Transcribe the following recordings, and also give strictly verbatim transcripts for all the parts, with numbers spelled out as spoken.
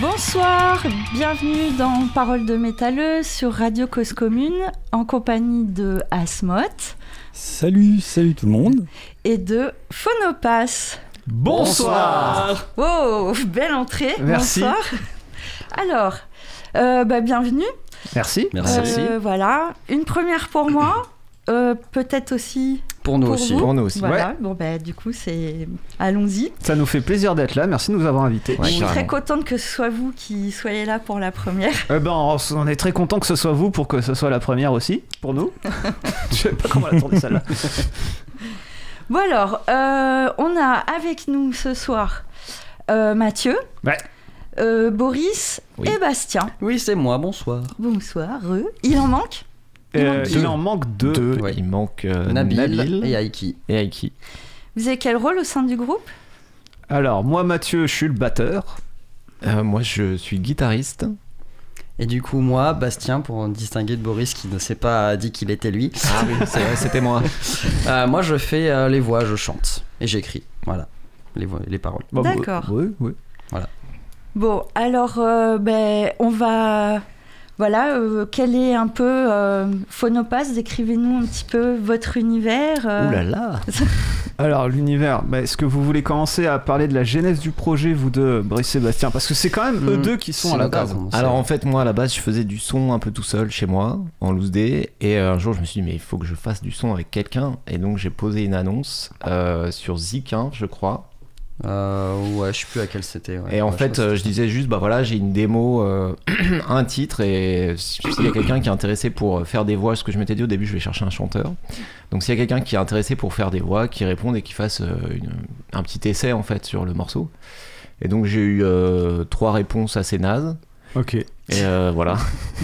Bonsoir, bienvenue dans Paroles de métalleux sur Radio Cause Commune en compagnie de Asmoth. Salut, salut tout le monde. Et de Phonopass. Bonsoir. Oh, belle entrée. Merci. Bonsoir. Alors, euh, bah, bienvenue. Merci. Merci. Euh, voilà, une première pour moi, euh, peut-être aussi pour nous pour aussi. Vous. Pour nous aussi. Voilà. Ouais. Bon bah du coup c'est, allons-y. Ça nous fait plaisir d'être là. Merci de nous avoir invités. Ouais, je suis très contente que ce soit vous qui soyez là pour la première. Eh ben, on est très content que ce soit vous pour que ce soit la première aussi pour nous. Je sais pas comment la tourner celle-là. Bon alors, euh, on a avec nous ce soir euh, Mathieu. Ouais. Euh, Boris oui. et Bastien. Oui, c'est moi, bonsoir. Bonsoir, eux. Il en manque Il, euh, manque il en manque deux. deux. Ouais. Il manque euh, Nabil, Nabil et Aiki. Et Aiki. Vous avez quel rôle au sein du groupe ? Alors, moi, Mathieu, je suis le batteur. Euh, moi, je suis guitariste. Et du coup, moi, Bastien, pour distinguer de Boris qui ne s'est pas dit qu'il était lui. Ah oui, c'est vrai, c'était moi. euh, moi, je fais euh, les voix, je chante et j'écris. Voilà, les, voix, les paroles. Bon, d'accord. Oui, oui. Voilà. Bon, alors, euh, ben, on va... Voilà, euh, quel est un peu euh, Phonopass, décrivez-nous un petit peu votre univers. Euh... Ouh là là. Alors, l'univers, bah, est-ce que vous voulez commencer à parler de la genèse du projet, vous deux, Brice et Bastien ? Parce que c'est quand même mmh. eux deux qui sont c'est à la base. Alors en fait, moi à la base, je faisais du son un peu tout seul chez moi, en loose day, et un jour je me suis dit, mais il faut que je fasse du son avec quelqu'un, et donc j'ai posé une annonce euh, sur Zik, hein, je crois. Euh, ouais, je sais plus à quel c'était. Ouais. Et en ouais, fait, je, euh, je disais juste, bah voilà, j'ai une démo, euh, un titre, et s'il y a quelqu'un qui est intéressé pour faire des voix, ce que je m'étais dit au début, je vais chercher un chanteur. Donc s'il y a quelqu'un qui est intéressé pour faire des voix, qui réponde et qui fasse euh, une, un petit essai en fait sur le morceau. Et donc j'ai eu euh, trois réponses assez nazes. Ok. Et euh, voilà,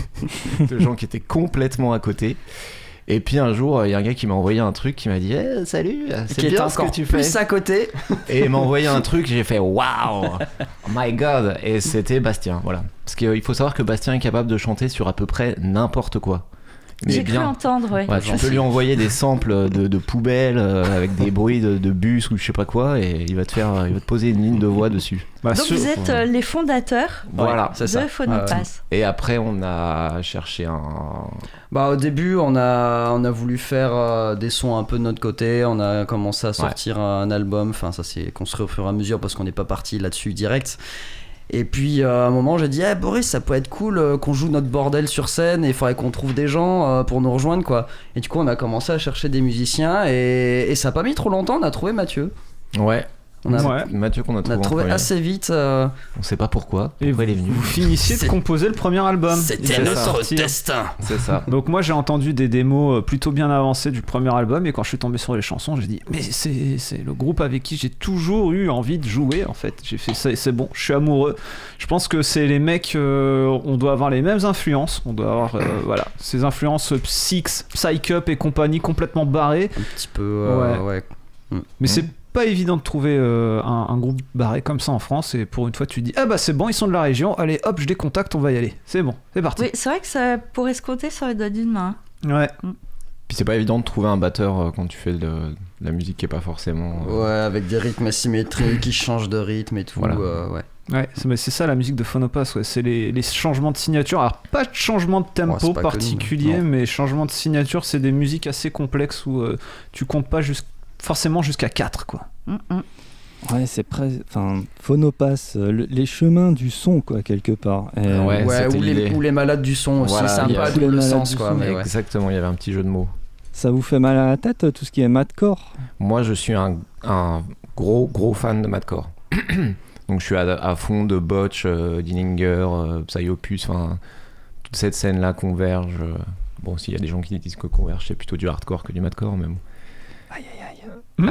de gens qui étaient complètement à côté. Et puis un jour, il y a un gars qui m'a envoyé un truc qui m'a dit hey, salut, c'est qui bien ce que tu fais. Plus à côté. Et il m'a envoyé un truc, j'ai fait waouh, oh my god. Et c'était Bastien, voilà. Parce qu'il faut savoir que Bastien est capable de chanter sur à peu près n'importe quoi. Mais J'ai bien. cru entendre, ouais. ouais tu peux lui envoyer des samples de, de poubelles euh, avec des bruits de, de bus ou je sais pas quoi, et il va te faire, il va te poser une ligne de voix dessus. Bah, Donc sur... vous êtes euh, les fondateurs voilà, c'est de Phonopass. Euh, et après, on a cherché un. Bah au début, on a on a voulu faire euh, des sons un peu de notre côté. On a commencé à sortir ouais. un album. Enfin, ça s'est construit au fur et à mesure parce qu'on n'est pas parti là-dessus direct. Et puis euh, à un moment j'ai dit hey, Boris, ça peut être cool euh, qu'on joue notre bordel sur scène et il faudrait qu'on trouve des gens euh, pour nous rejoindre quoi. Et du coup on a commencé à chercher des musiciens et, et ça n'a pas mis trop longtemps, on a trouvé Mathieu. Ouais. On a, ouais. Mathieu qu'on a trouvé, on a trouvé assez vite. Euh... On sait pas pourquoi. Et pourquoi il est venu. Vous finissiez de composer le premier album. C'était notre destin. C'est ça. Donc moi j'ai entendu des démos plutôt bien avancées du premier album et quand je suis tombé sur les chansons, j'ai dit mais c'est c'est le groupe avec qui j'ai toujours eu envie de jouer en fait. J'ai fait c'est, c'est bon, je suis amoureux. Je pense que c'est les mecs, euh, on doit avoir les mêmes influences. On doit avoir euh, voilà ces influences Psyx, Psych Up et compagnie complètement barrées. Un petit peu. Euh, ouais. ouais. Mais mmh. c'est pas évident de trouver euh, un, un groupe barré comme ça en France et pour une fois tu te dis ah bah c'est bon, ils sont de la région, allez hop je les contacte, on va y aller, c'est bon, c'est parti. Oui, c'est vrai que ça pourrait se compter sur les doigts d'une main. Ouais. Mm. Puis c'est pas évident de trouver un batteur quand tu fais de, de la musique qui est pas forcément euh... ouais, avec des rythmes asymétriques qui changent de rythme et tout. Voilà. euh, ouais. Ouais, c'est, c'est ça la musique de Phonopass, ouais. C'est les, les changements de signature. Alors, pas de changement de tempo oh, particulier, connu, mais changement de signature, c'est des musiques assez complexes où euh, tu comptes pas jusqu'... forcément jusqu'à quatre, quoi. Mm-mm. Ouais, c'est presque. Enfin, Phonopass, le, les chemins du son, quoi, quelque part. Et ouais, ouais ou, les, ou les malades du son aussi, voilà, c'est un peu à double sens, quoi. Mais ouais. Exactement, il y avait un petit jeu de mots. Ça vous fait mal à la tête, tout ce qui est madcore ? Moi, je suis un, un gros, gros fan de madcore. Donc, je suis à, à fond de Botch, euh, Dillinger, euh, Psyopus, enfin, toute cette scène-là converge. Euh, bon, s'il y a des gens qui disent que converge, c'est plutôt du hardcore que du madcore, mais bon. Aïe, aïe, aïe.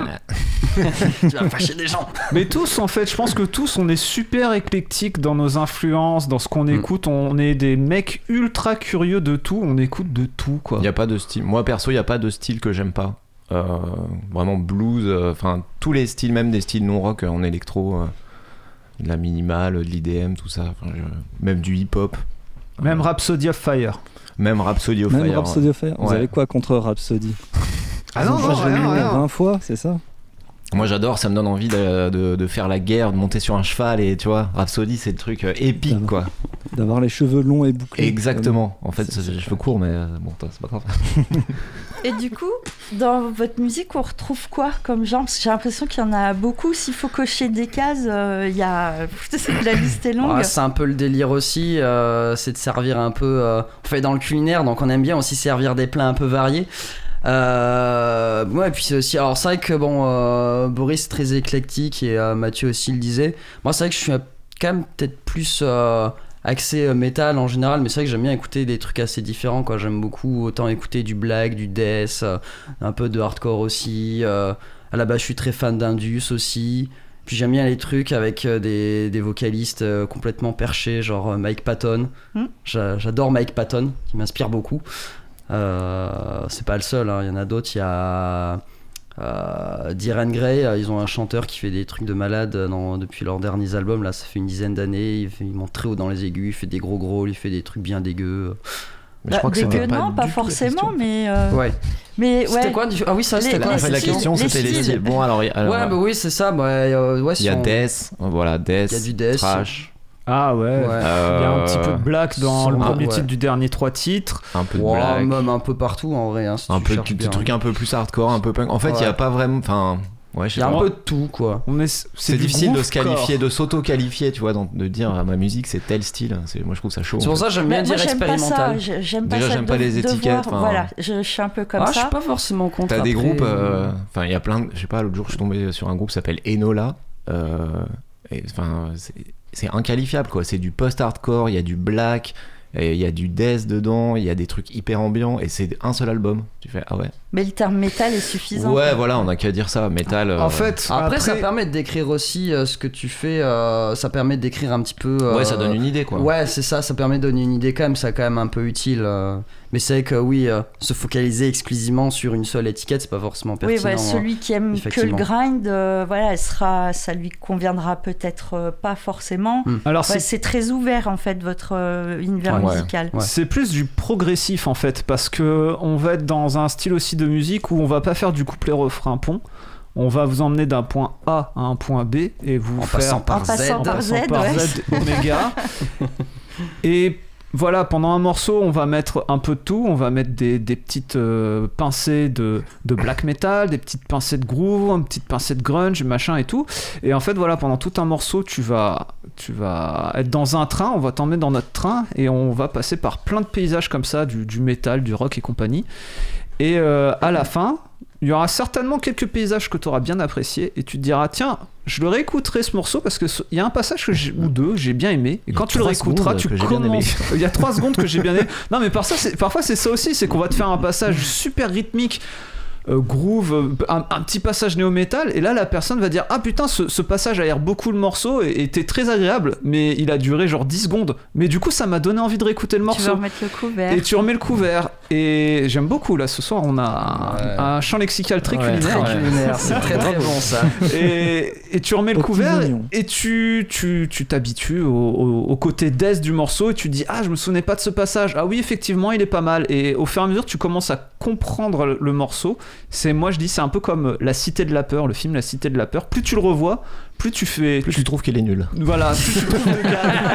Tu vas fâcher des gens. Mais tous, en fait, je pense que tous, on est super éclectiques dans nos influences, dans ce qu'on mm. écoute. On est des mecs ultra curieux de tout. On écoute de tout, quoi. Il n'y a pas de style. Moi, perso, il n'y a pas de style que j'aime pas. Euh, vraiment blues, enfin, euh, tous les styles, même des styles non-rock en électro, euh, de la minimale, de l'I D M, tout ça. Je... Même du hip-hop. Même euh... Rhapsody of Fire. Même Rhapsody of même Fire. Même Rhapsody ouais. of Fire. Vous ouais. avez quoi contre Rhapsody ? Ah non, non, rien, rien. vingt fois, c'est ça ? Moi j'adore, ça me donne envie de, de, de faire la guerre, de monter sur un cheval et tu vois, Rhapsody c'est le truc euh, épique quoi. D'avoir les cheveux longs et bouclés. Exactement, en fait c'est, c'est les cheveux courts mais euh, bon c'est pas grave. Et du coup, dans votre musique, on retrouve quoi comme genre? Parce que j'ai l'impression qu'il y en a beaucoup. S'il faut cocher des cases, il euh, y a... la liste est longue. Ah, c'est un peu le délire aussi, euh, c'est de servir un peu... Euh... On fait dans le culinaire, donc on aime bien aussi servir des plats un peu variés. Euh, ouais, et puis c'est aussi, alors c'est vrai que bon, euh, Boris est très éclectique et euh, Mathieu aussi le disait. Moi, c'est vrai que je suis quand même peut-être plus euh, axé métal en général, mais c'est vrai que j'aime bien écouter des trucs assez différents, quoi. J'aime beaucoup autant écouter du black, du death, euh, un peu de hardcore aussi. Euh, à la base, je suis très fan d'Indus aussi. Puis j'aime bien les trucs avec euh, des, des vocalistes euh, complètement perchés, genre euh, Mike Patton. Mm. J'a, j'adore Mike Patton, qui m'inspire beaucoup. Euh, c'est pas le seul, hein. Il y en a d'autres. Il y a euh, Diren Grey, ils ont un chanteur qui fait des trucs de malade dans, depuis leurs derniers albums. Là, ça fait une dizaine d'années. Il, fait, il monte très haut dans les aigus, il fait des gros growls, il fait des trucs bien dégueux. Mais bah, je crois que dégueu, non, pas, pas forcément, mais. Euh... Ouais. Mais c'était ouais. quoi Ah oui, ça, c'était les, quoi en fait, la question, les c'était les styles. Bon, alors. alors ouais, bah oui, c'est ça. Bah, euh, ouais, il y a on... Death, voilà, Death. Il y a du Death. Trash. Ah ouais, ouais. Euh, il y a un petit peu de black dans son, le premier ouais. titre du dernier trois titres. Un peu de wow, black. Même un peu partout en vrai. Hein, si un tu peu des trucs un peu plus hardcore, un peu punk. En fait, il ouais. y a pas vraiment. Enfin, ouais, je sais il y a pas. un peu de tout quoi. On est, c'est c'est difficile de se qualifier, corps. de s'auto-qualifier, tu vois, dans, de dire ah, ma musique c'est tel style. C'est, moi je trouve ça chaud. C'est pour ça que j'aime bien mais dire moi, j'aime expérimental. Pas ça. J'aime pas Déjà, ça j'aime pas de, les étiquettes. Devoir, voilà, je, je suis un peu comme ah, ça. Je suis pas forcément contre. T'as des après... groupes. Enfin, euh, il y a plein. De, je sais pas. L'autre jour, je suis tombé sur un groupe qui s'appelle Enola. Euh, Enfin, c'est, c'est inqualifiable quoi. C'est du post-hardcore. Il y a du black. Il y a du death dedans, il y a des trucs hyper ambiants et c'est un seul album. Tu fais ah ouais. Mais le terme métal est suffisant. Ouais, voilà, on a qu'à dire ça, métal. Euh... En fait, après, après ça permet de décrire aussi euh, ce que tu fais. Euh, ça permet de décrire un petit peu. Euh, ouais, ça donne une idée quoi. Ouais, c'est ça, ça permet de donner une idée quand même. C'est quand même un peu utile. Euh, mais c'est vrai que oui, euh, se focaliser exclusivement sur une seule étiquette, c'est pas forcément pertinent. Oui, voilà, celui qui aime que le grind, euh, voilà, elle sera, ça lui conviendra peut-être euh, pas forcément. Mm. Alors ouais, c'est... c'est très ouvert en fait votre euh, univers ouais, musical. Ouais. C'est plus du progressif en fait, parce que on va être dans un style aussi de musique où on va pas faire du couplet-refrain-pont. On va vous emmener d'un point A à un point B et vous en faire passant par en Z, passant en par passant Z, par ouais. Z oméga. Et voilà, pendant un morceau, on va mettre un peu de tout. On va mettre des, des petites euh, pincées de, de black metal, des petites pincées de groove, une petite pincée de grunge, machin et tout. Et en fait, voilà, pendant tout un morceau, tu vas, tu vas être dans un train. On va t'emmener dans notre train et on va passer par plein de paysages comme ça, du, du métal, du rock et compagnie. Et euh, à la fin, il y aura certainement quelques paysages que tu auras bien appréciés et tu te diras tiens, je le réécouterai ce morceau parce que il y a un passage que j'ai, ou deux que j'ai bien aimé et quand tu le réécouteras tu commences il y a trois secondes que j'ai bien aimé. Non mais par ça, c'est... parfois c'est ça aussi, c'est qu'on va te faire un passage super rythmique, Euh, groove, un, un petit passage néo-métal et là la personne va dire ah putain ce, ce passage aère beaucoup le morceau et était très agréable mais il a duré genre dix secondes mais du coup ça m'a donné envie de réécouter le morceau. Tu vas remettre le couvert et tu remets le couvert et j'aime beaucoup là ce soir on a ouais. un, un champ lexical très ouais, culinaire, très culinaire. C'est très très bon ça et, et tu remets le couvert et tu, tu, tu t'habitues au, au, au côté death du morceau et tu dis ah je me souvenais pas de ce passage, ah oui effectivement il est pas mal et au fur et à mesure tu commences à comprendre le, le morceau. C'est, moi je dis c'est un peu comme La Cité de la Peur, le film La Cité de la Peur, plus tu le revois plus tu fais plus tu, tu trouves qu'il est nul, voilà, plus tu trouves de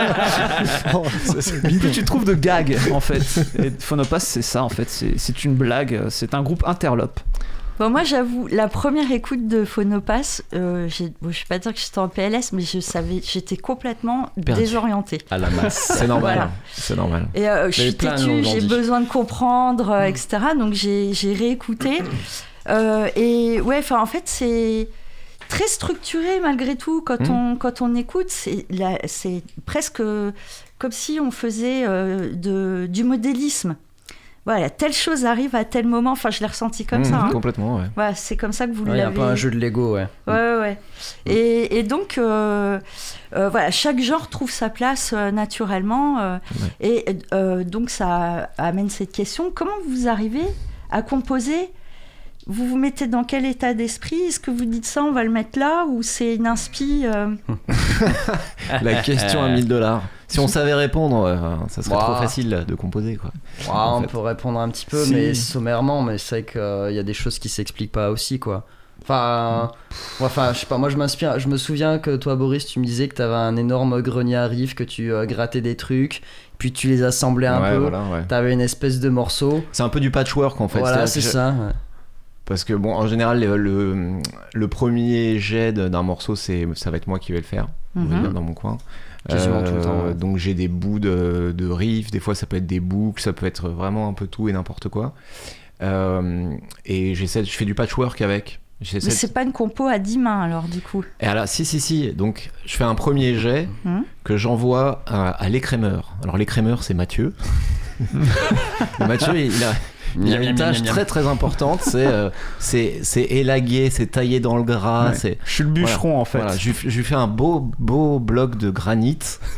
gags oh, plus tu trouves de gags en fait et Phonopass c'est ça en fait, c'est, c'est une blague, c'est un groupe interlope. Bon, moi j'avoue, la première écoute de Phonopass, euh, j'ai, bon, je vais pas dire que j'étais en P L S, mais je savais, j'étais complètement Perdu. désorientée. À la masse, c'est normal, voilà. C'est normal. Et euh, je suis têtue, j'ai besoin de comprendre, euh, et cetera. Donc j'ai, j'ai réécouté. euh, et ouais, enfin en fait c'est très structuré malgré tout quand, mmh. on, quand on écoute. C'est, la, c'est presque comme si on faisait euh, de, du modélisme. Voilà, telle chose arrive à tel moment. Enfin, je l'ai ressenti comme mmh, ça. Hein. Complètement, ouais. Voilà, c'est comme ça que vous ouais, l'avez. Il y a un peu un jeu de Lego, ouais. Ouais, ouais. ouais. Mmh. Et, et donc, euh, euh, voilà, chaque genre trouve sa place euh, naturellement. Euh, ouais. Et euh, donc, ça amène cette question. Comment vous arrivez à composer ? Vous vous mettez dans quel état d'esprit ? Est-ce que vous dites ça, on va le mettre là ? Ou c'est une inspi euh... La question à mille dollars. Si on savait répondre, euh, ça serait wow. trop facile de composer, quoi. Wow, on fait. peut répondre un petit peu, si. mais sommairement. Mais c'est vrai qu'il euh, y a des choses qui s'expliquent pas aussi, quoi. Enfin, ouais, enfin, je sais pas, moi je m'inspire, je me souviens que toi Boris, tu me disais que t'avais un énorme grenier à riff, que tu euh, grattais des trucs, puis tu les assemblais un ouais, peu, voilà, ouais. T'avais une espèce de morceau. C'est un peu du patchwork en fait. Voilà, c'est, c'est ça. Ouais. Parce que bon, en général, le, le, le premier jet d'un morceau, c'est, ça va être moi qui vais le faire, mm-hmm. dans mon coin. Euh, tout le temps, ouais. Donc j'ai des bouts de, de riff, des fois ça peut être des boucles, ça peut être vraiment un peu tout et n'importe quoi. Euh, et j'essaie, je fais du patchwork avec. J'essaie Mais c'est de... pas une compo à dix mains alors du coup. Et alors si si si, donc je fais un premier jet mmh. que j'envoie à, à l'écrémeur. Alors l'écrémeur c'est Mathieu. Mathieu il, il a Il a une tâche très très importante, c'est, euh, c'est, c'est élaguer, c'est tailler dans le gras. Ouais. C'est... Je suis le bûcheron voilà, en fait. Voilà, je, je lui fais un beau, beau bloc de granit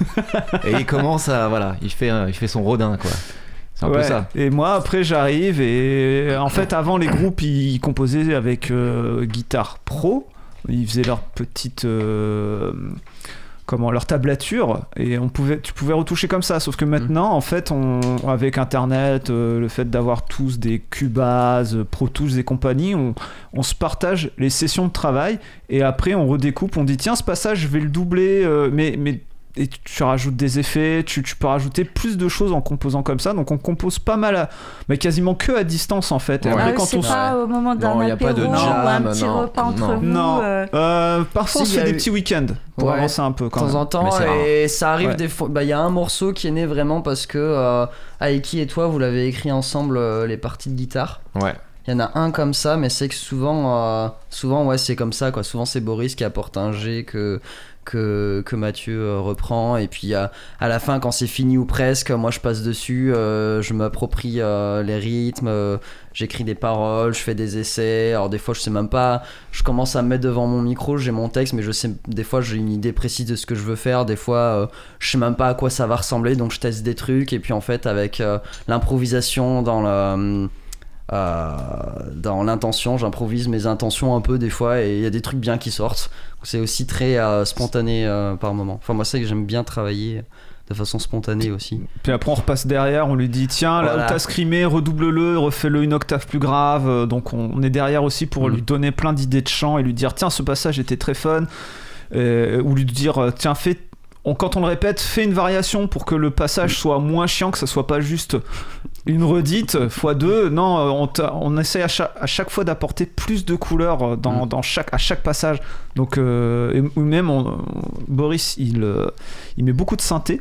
et il commence à. Voilà, il fait, il fait son rodin quoi. C'est un ouais. peu ça. Et moi après j'arrive et en fait avant les groupes ils composaient avec euh, guitare pro, ils faisaient leur petite. Euh... comment leur tablature et on pouvait tu pouvais retoucher comme ça, sauf que maintenant en fait on avec internet euh, le fait d'avoir tous des Cubase, Pro Tools et compagnie, on, on se partage les sessions de travail et après on redécoupe, on dit tiens ce passage je vais le doubler euh, mais mais et tu rajoutes des effets, tu, tu peux rajouter plus de choses en composant comme ça, donc on compose pas mal à, mais quasiment que à distance en fait. Et ouais. après, ah, quand c'est on pas s... au moment d'un non, apéro de ou un petit non, repas non, entre non. vous. Non, euh... Euh, parfois on se fait des eu... petits week-ends pour ouais. avancer un peu quand de temps en temps et ça arrive ouais. des fois. Bah il y a un morceau qui est né vraiment parce que euh, Aiki et toi vous l'avez écrit ensemble euh, les parties de guitare. Ouais. Il y en a un comme ça, mais c'est que souvent, euh, souvent ouais, c'est comme ça quoi. Souvent c'est Boris qui apporte un G que que, que Mathieu euh, reprend et puis euh, à la fin quand c'est fini ou presque, moi je passe dessus, euh, je m'approprie euh, les rythmes, euh, j'écris des paroles, je fais des essais. Alors des fois je sais même pas, je commence à me mettre devant mon micro, j'ai mon texte, mais je sais des fois j'ai une idée précise de ce que je veux faire. Des fois euh, je sais même pas à quoi ça va ressembler, donc je teste des trucs et puis en fait avec euh, l'improvisation dans le Euh, dans l'intention, j'improvise mes intentions un peu des fois et il y a des trucs bien qui sortent. C'est aussi très euh, spontané euh, par moment. Enfin moi c'est que j'aime bien travailler de façon spontanée aussi. Puis après on repasse derrière, on lui dit tiens là voilà. où t'as scrimé, redouble-le, refais-le une octave plus grave. Donc on est derrière aussi pour mmh. lui donner plein d'idées de chant et lui dire tiens ce passage était très fun, euh, ou lui dire tiens fais On, quand on le répète, fais une variation pour que le passage soit moins chiant, que ça soit pas juste une redite fois deux. Non, on, on essaie à chaque, à chaque fois d'apporter plus de couleurs dans, dans chaque, à chaque passage. Donc, euh, ou même on, Boris, il, il met beaucoup de synthé.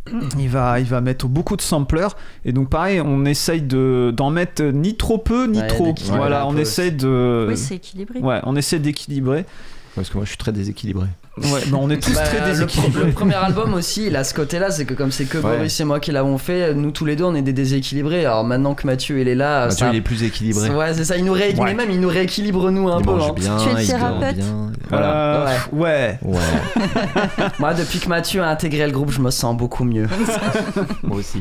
Il va, il va mettre beaucoup de samplers et donc pareil on essaye de, d'en mettre ni trop peu ni ouais, trop voilà on essaye de oui c'est équilibré ouais on essaie d'équilibrer parce que moi je suis très déséquilibré. Ouais, bah on est tous bah, très déséquilibrés. Le, le premier album aussi, il a ce côté-là, c'est que comme c'est que Boris ouais. et moi qui l'avons fait, nous tous les deux on est des déséquilibrés. Alors maintenant que Mathieu il est là, Mathieu ça... il est plus équilibré. Ouais, c'est ça, il nous rééquilibre, ouais. même il nous rééquilibre nous un il peu. Mange hein. bien, tu es le il thérapeute bien. Voilà. Euh, ouais. Ouais. ouais. Moi depuis que Mathieu a intégré le groupe, je me sens beaucoup mieux. Moi aussi.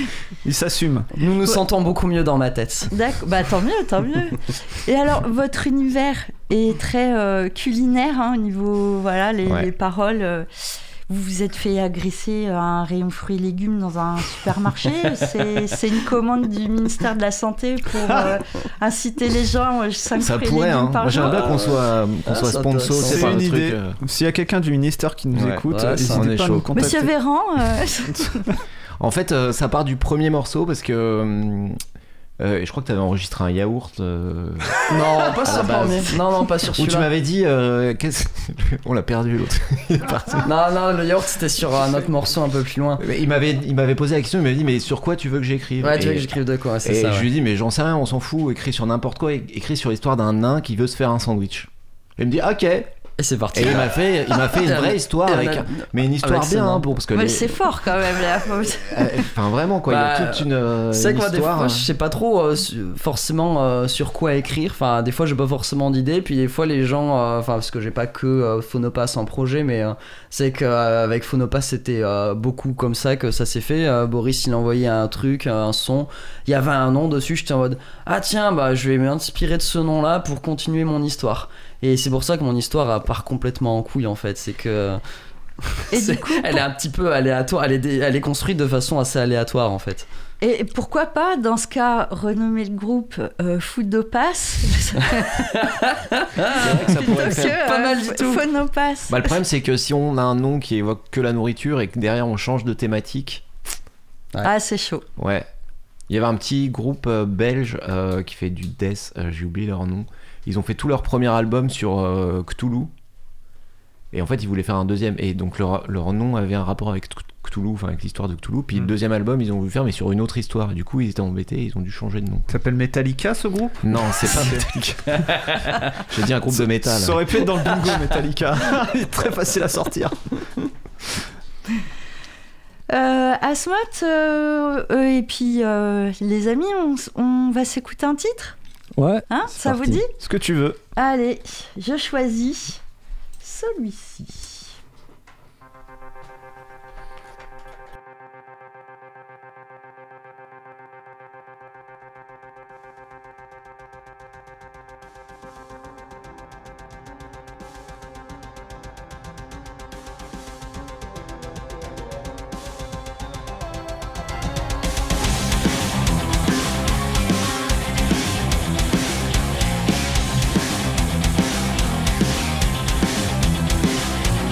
Il s'assume. Nous nous ouais. sentons beaucoup mieux dans ma tête. D'accord, bah tant mieux, tant mieux. Et alors votre univers est très euh, culinaire hein, au niveau voilà les, ouais. les paroles. Euh, vous vous êtes fait agresser à un rayon fruits et légumes dans un supermarché. c'est, c'est une commande du ministère de la Santé pour euh, inciter les gens à cinq ça fruits pourrait, et légumes hein. par Moi, jour. j'aimerais bien qu'on soit, qu'on ah, soit sponsor. C'est, c'est une un idée. Truc, euh... S'il y a quelqu'un du ministère qui nous ouais. écoute, ouais, n'hésitez pas à nous contacter. Monsieur Véran. Euh... En fait, euh, ça part du premier morceau parce que. Euh, Euh, je crois que tu avais enregistré un yaourt. Euh... Non, pas sur le premier. Non, non, pas sur celui-là. Où tu m'avais dit. Euh, on l'a perdu l'autre. Il est parti. Non, non, le yaourt c'était sur un autre morceau un peu plus loin. Mais il m'avait, il m'avait posé la question, il m'avait dit mais sur quoi tu veux que j'écrive? Ouais, et, tu veux que j'écrive de quoi, c'est et ça. Et ouais. je lui ai dit mais j'en sais rien, on s'en fout, écris sur n'importe quoi, écris sur l'histoire d'un nain qui veut se faire un sandwich. Et il me dit ok. Et c'est parti. Et il m'a fait, il m'a fait une vraie histoire avec, a... mais une histoire avec bien, hein, pour parce que. Mais les... c'est fort quand même là. Enfin vraiment quoi, bah, il y a toute une. Euh, c'est une quoi histoire, des fois, hein. je sais pas trop euh, forcément euh, sur quoi écrire. Enfin, des fois j'ai pas forcément d'idée, puis des fois les gens, enfin euh, parce que j'ai pas que euh, Phonopass en projet, mais euh, c'est qu'avec euh, Phonopass c'était euh, beaucoup comme ça que ça s'est fait. Euh, Boris il envoyait un truc, un son, il y avait un nom dessus, j'étais en mode ah tiens bah je vais m'inspirer de ce nom là pour continuer mon histoire. Et c'est pour ça que mon histoire part complètement en couille en fait, c'est que et c'est, du coup, elle est un petit peu aléatoire, elle est, dé, elle est construite de façon assez aléatoire en fait. Et pourquoi pas dans ce cas renommer le groupe euh, Foodopass Phonopass. C'est vrai que ça pourrait Plutôt faire. que, Pas euh, mal du tout. Phonopass. Bah, le problème, c'est que si on a un nom qui évoque que la nourriture et que derrière on change de thématique, Ah, c'est chaud. ouais. Il y avait un petit groupe euh, belge euh, qui fait du death, euh, j'ai oublié leur nom. Ils ont fait tout leur premier album sur euh, Cthulhu. Et en fait, ils voulaient faire un deuxième. Et donc, leur, leur nom avait un rapport avec Cthulhu, enfin avec l'histoire de Cthulhu. Puis Mm. le deuxième album, ils ont voulu faire, mais sur une autre histoire. Et du coup, ils étaient embêtés, ils ont dû changer de nom. Ça s'appelle Metallica, ce groupe? Non, c'est pas Metallica. J'ai dit un groupe de métal. Ça aurait pu être dans le bingo, Metallica. Il est très facile à sortir. Euh, Asmoth, euh, euh, et puis euh, les amis, on, s- on va s'écouter un titre, Ouais. hein? c'est Ça vous parti. dit? Ce que tu veux. Allez, je choisis celui-ci. Thank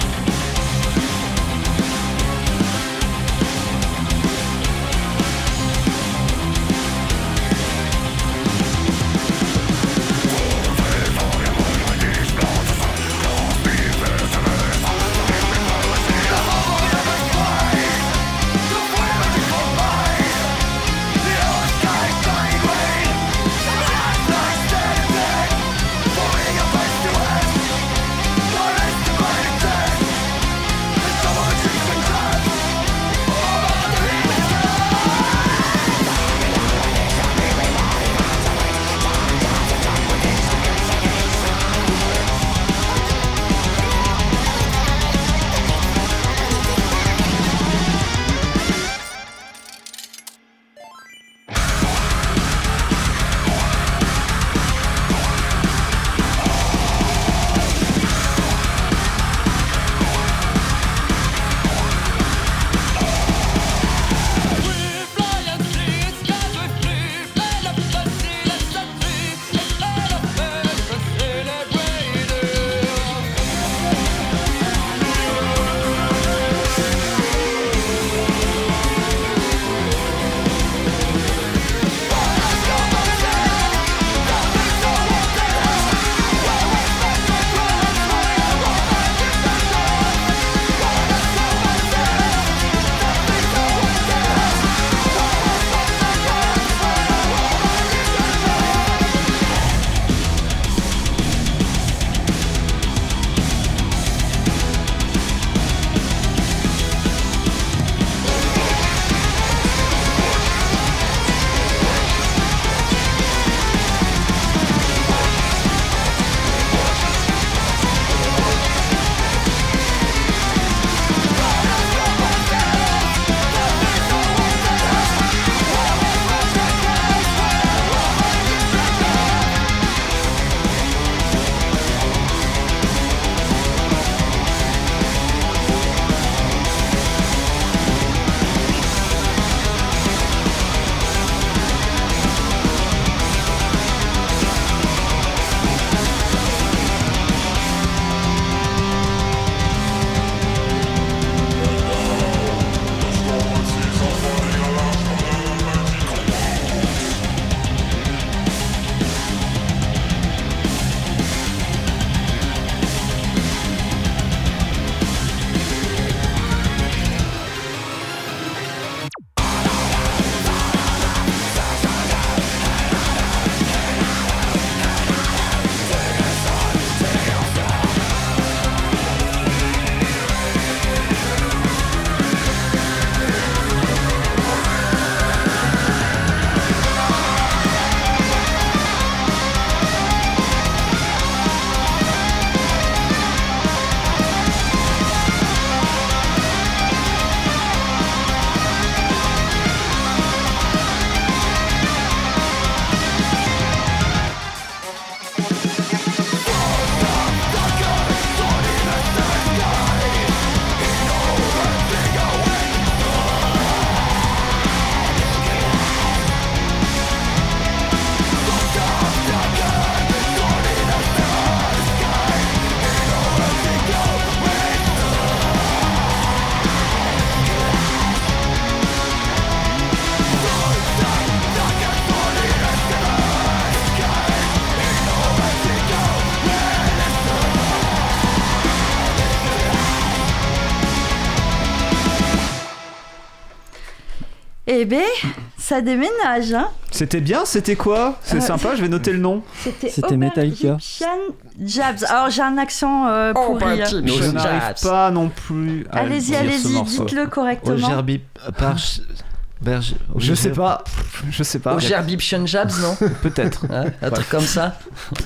Eh ben, ça déménage, hein. C'était bien, c'était quoi? C'est euh, sympa, je vais noter le nom. C'était, c'était Metallica. Egyptian Jabs. Alors j'ai un accent euh, pourri. Oh, je n'arrive pas non plus à allez-y, allez-y, dites-le correctement. Gerbi par Berge... Je sais pas, je sais pas. Au Gerbiption Jabs, non? Peut-être. Hein, un truc comme ça.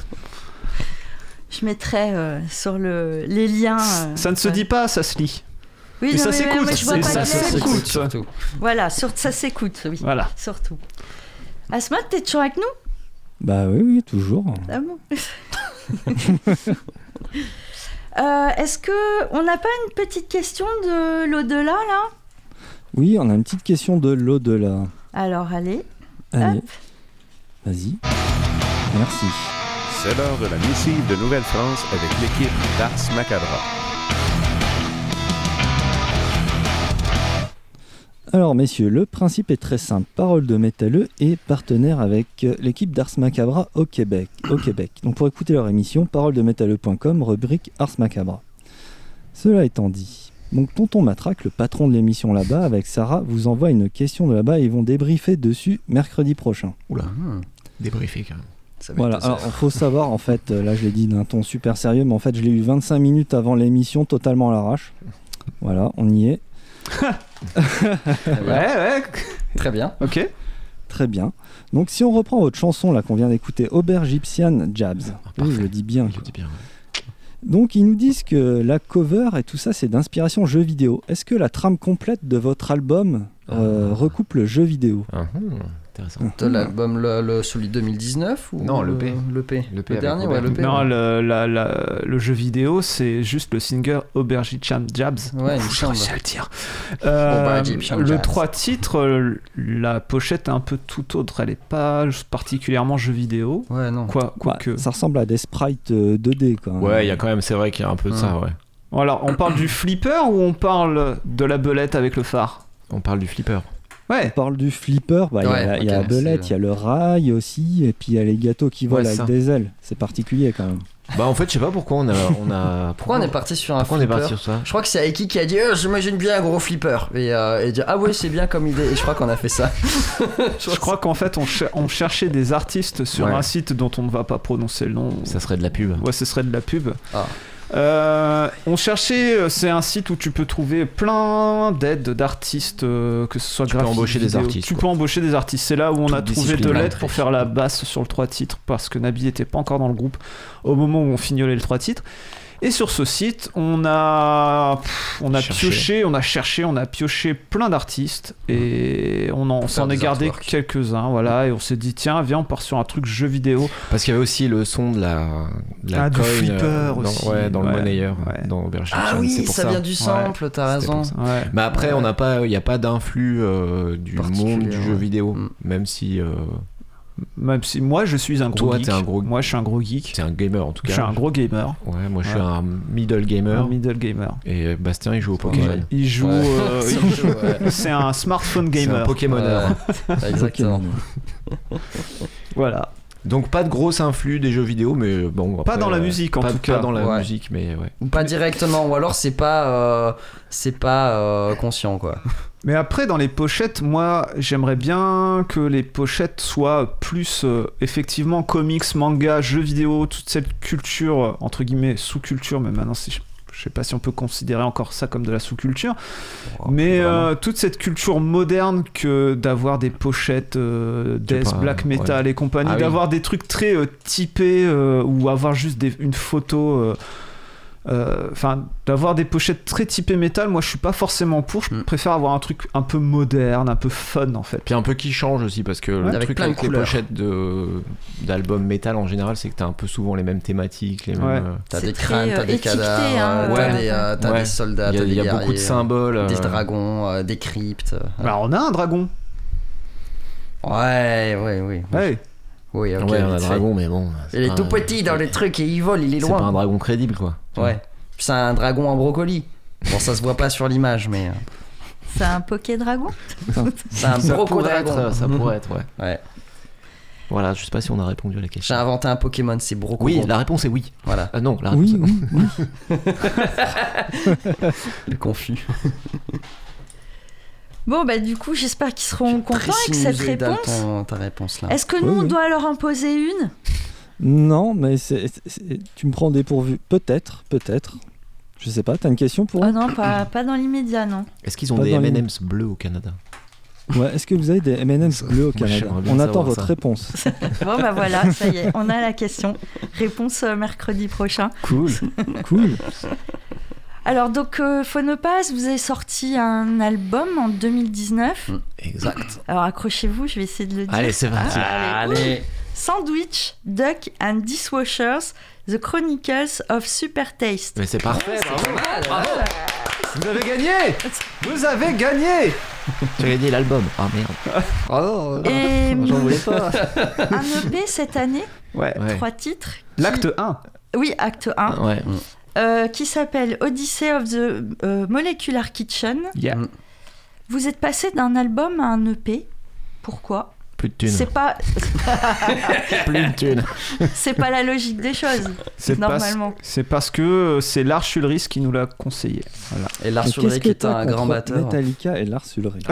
Je mettrai euh, sur le... les liens. Euh, ça ne se ouais. dit pas, ça se lit. Oui, mais non, ça mais s'écoute. Ouais, ça, ça s'écoute. Surtout. Voilà, sur... ça s'écoute, oui. Voilà. Surtout. Asma, t'es toujours avec nous? Bah oui, oui, toujours. Ah bon. euh, Est-ce que on n'a pas une petite question de l'au-delà là? Oui, on a une petite question de l'au-delà. Alors, allez. Allez. Hop. Vas-y. Merci. C'est l'heure de la missive de Nouvelle-France avec l'équipe d'Ars Macabra. Alors messieurs, le principe est très simple. Parole de métalleux est partenaire avec l'équipe d'Ars Macabra au Québec. Au Québec. Donc pour écouter leur émission, parole de métalleux point com, rubrique Ars Macabra. Cela étant dit, donc Tonton Matraque, le patron de l'émission là-bas, avec Sarah, vous envoie une question de là-bas et ils vont débriefer dessus mercredi prochain. Oula, mmh. débriefer quand même. Voilà, alors il faut savoir, en fait, là je l'ai dit d'un ton super sérieux, mais en fait je l'ai eu vingt-cinq minutes avant l'émission, totalement à l'arrache. Voilà, on y est. ouais, ouais. Très bien. Ok. Très bien. Donc si on reprend votre chanson là qu'on vient d'écouter, Obergyptian Jabs. Ah, oui, je le dis bien. Je le dis bien, ouais. Donc ils nous disent que la cover et tout ça c'est d'inspiration jeu vidéo. Est-ce que la trame complète de votre album euh, ah. recoupe le jeu vidéo? uh-huh. Intéressant. De l'album, le, le, celui de deux mille dix-neuf ou non, le P. Le P. Le, P le dernier, ouais, le P. Non, ouais. le, la, la, le jeu vidéo, c'est juste le single Obergyptian Jabs. Ouais, il me semble. Je sais le dire. Euh, le Jabs. trois titres, la pochette est un peu tout autre. Elle n'est pas particulièrement jeu vidéo. Ouais, non. Quoi, quoi bah, que. Ça ressemble à des sprites deux D, quoi. Ouais, il y a quand même, c'est vrai qu'il y a un peu de mmh. ça, ouais. Alors, on parle du flipper ou on parle de la belette avec le phare? On parle du flipper. Ouais. On parle du flipper, bah, il ouais, y a, okay, y a la belette, il y a le rail aussi, et puis il y a les gâteaux qui volent ouais, avec ça. Des ailes. C'est particulier quand même. Bah en fait, je sais pas pourquoi on a... On a... Pourquoi, pourquoi on est parti sur un pourquoi flipper? On est parti sur ça. Je crois que c'est Aiki qui a dit oh, j'imagine bien un gros flipper. Et, euh, et dit ah ouais, c'est bien comme idée. Et je crois qu'on a fait ça. je crois qu'en fait, on, cher- on cherchait des artistes sur ouais. un site dont on ne va pas prononcer le nom. Ça serait de la pub. Ouais, ce serait de la pub. Ah. Euh, on cherchait, c'est un site où tu peux trouver plein d'aides d'artistes, euh, que ce soit tu graphique, peux embaucher vidéo. des artistes. Tu quoi. peux embaucher des artistes. C'est là où on Toute a trouvé de l'aide pour précis. faire la basse sur le trois titres parce que Nabi n'était pas encore dans le groupe au moment où on fignolait le trois titres. Et sur ce site, on a, pff, on a pioché, on a cherché, on a pioché plein d'artistes et on en, s'en est gardé artworks. quelques-uns, voilà. Et on s'est dit tiens, viens, on part sur un truc jeu vidéo. Parce qu'il y avait aussi le son de la, de la ah, coin, du flipper euh, dans, aussi. ouais, dans ouais, le monnayeur, ouais. dans Obergyptian. Ah oui, c'est pour ça, ça vient du sample, ouais. t'as raison. Ouais. Mais après, ouais. on n'a pas, il n'y a pas d'influx euh, du monde du jeu ouais. vidéo, mm. même si. Euh, Même si moi je suis un gros Toi, geek. T'es un gros... Moi je suis un gros geek. T'es un gamer en tout cas. Je suis un gros gamer. Ouais, moi je ouais. suis un middle gamer. Un middle gamer. Et Bastien il joue au Pokémon. Okay. Il joue. Ouais. Euh, il joue ouais. C'est un smartphone gamer. C'est un Pokémoneur. Ouais. Exactement. Voilà. Donc pas de gros influx des jeux vidéo, mais bon. Après, pas dans la musique en pas, tout cas. Pas dans la ouais. musique, mais ouais. Ou pas directement, ou alors c'est pas, euh, c'est pas euh, conscient quoi. Mais après, dans les pochettes, moi, j'aimerais bien que les pochettes soient plus euh, effectivement comics, manga, jeux vidéo, toute cette culture, entre guillemets, sous-culture, mais maintenant, c'est, je sais pas si on peut considérer encore ça comme de la sous-culture, oh, mais euh, toute cette culture moderne que d'avoir des pochettes euh, death, pas, black metal ouais. et compagnie, ah, d'avoir oui. des trucs très euh, typés euh, ou avoir juste des, une photo... Euh, enfin euh, d'avoir des pochettes très typées métal, moi je suis pas forcément pour, je mm. préfère avoir un truc un peu moderne, un peu fun en fait, puis un peu qui change aussi parce que ouais, le avec truc avec les pochettes de d'albums métal en général, c'est que t'as un peu souvent les mêmes thématiques, les ouais. mêmes t'as c'est des crânes, t'as des cadavres, hein, t'as, ouais. des, euh, t'as ouais. des soldats, il y a, t'as des il y a guerriers, beaucoup de symboles, des euh... dragons, euh, des cryptes. Alors on a un dragon. Ouais, ouais, oui. Ouais. Oui, ok. Ouais, on a un dragon, mais bon. Il est tout petit dans les trucs et il vole, il est loin. C'est pas un dragon crédible, quoi. Ouais. C'est un dragon en brocoli. Bon, ça se voit pas sur l'image, mais. C'est un Poké-dragon. C'est un broco-dragon. Ça pourrait être, ouais. Ouais. Voilà, je sais pas si on a répondu à la question. J'ai inventé un Pokémon, c'est broco. Oui, la réponse est oui. Voilà. Euh, non, la réponse oui, est non. Oui, oui. Le confus. Bon, bah du coup, j'espère qu'ils seront contents avec cette réponse. Ton, ta réponse là. Est-ce que nous, oui, on oui. doit leur imposer une ? Non, mais c'est, c'est- tu me prends dépourvu. Peut-être, peut-être. Je sais pas, t'as une question pour Ah eux non, pas, pas dans l'immédiat, non. Est-ce qu'ils ont Pas des dans M les- and M's bleus au Canada? Ouais, est-ce que vous avez des M and M's bleus au Moi, Canada? j'aimerais bien On attend savoir votre ça. réponse. Bon, bah voilà, ça y est, on a la question. Réponse euh, mercredi prochain. Cool, cool. Alors, donc, euh, Phonopass, vous avez sorti un album en deux mille dix-neuf. Exact. Alors, accrochez-vous, je vais essayer de le dire. Allez, c'est parti. Ah, Allez. Sandwich, Duck and Dishwashers, The Chronicles of Super Taste. Mais c'est parfait, bravo. Vous avez gagné. Vous avez gagné. Tu as gagné l'album. Ah merde. Oh, Et j'en voulais pas. un E P cette année, Ouais. Ouais. trois titres. qui- L'acte un. Oui, acte un, Ouais. euh, qui s'appelle Odyssey of the euh, Molecular Kitchen. Yeah. Mm. Vous êtes passé d'un album à un E P. Pourquoi ? Plus de thunes. C'est pas, Plus de thunes. c'est pas la logique des choses, C'est parce, normalement. c'est parce que euh, c'est Lars Ulrich qui nous l'a conseillé. Voilà. Et Lars Mais Ulrich qu'est-ce que est t'as un grand contre batteur. Metallica et Lars Ulrich.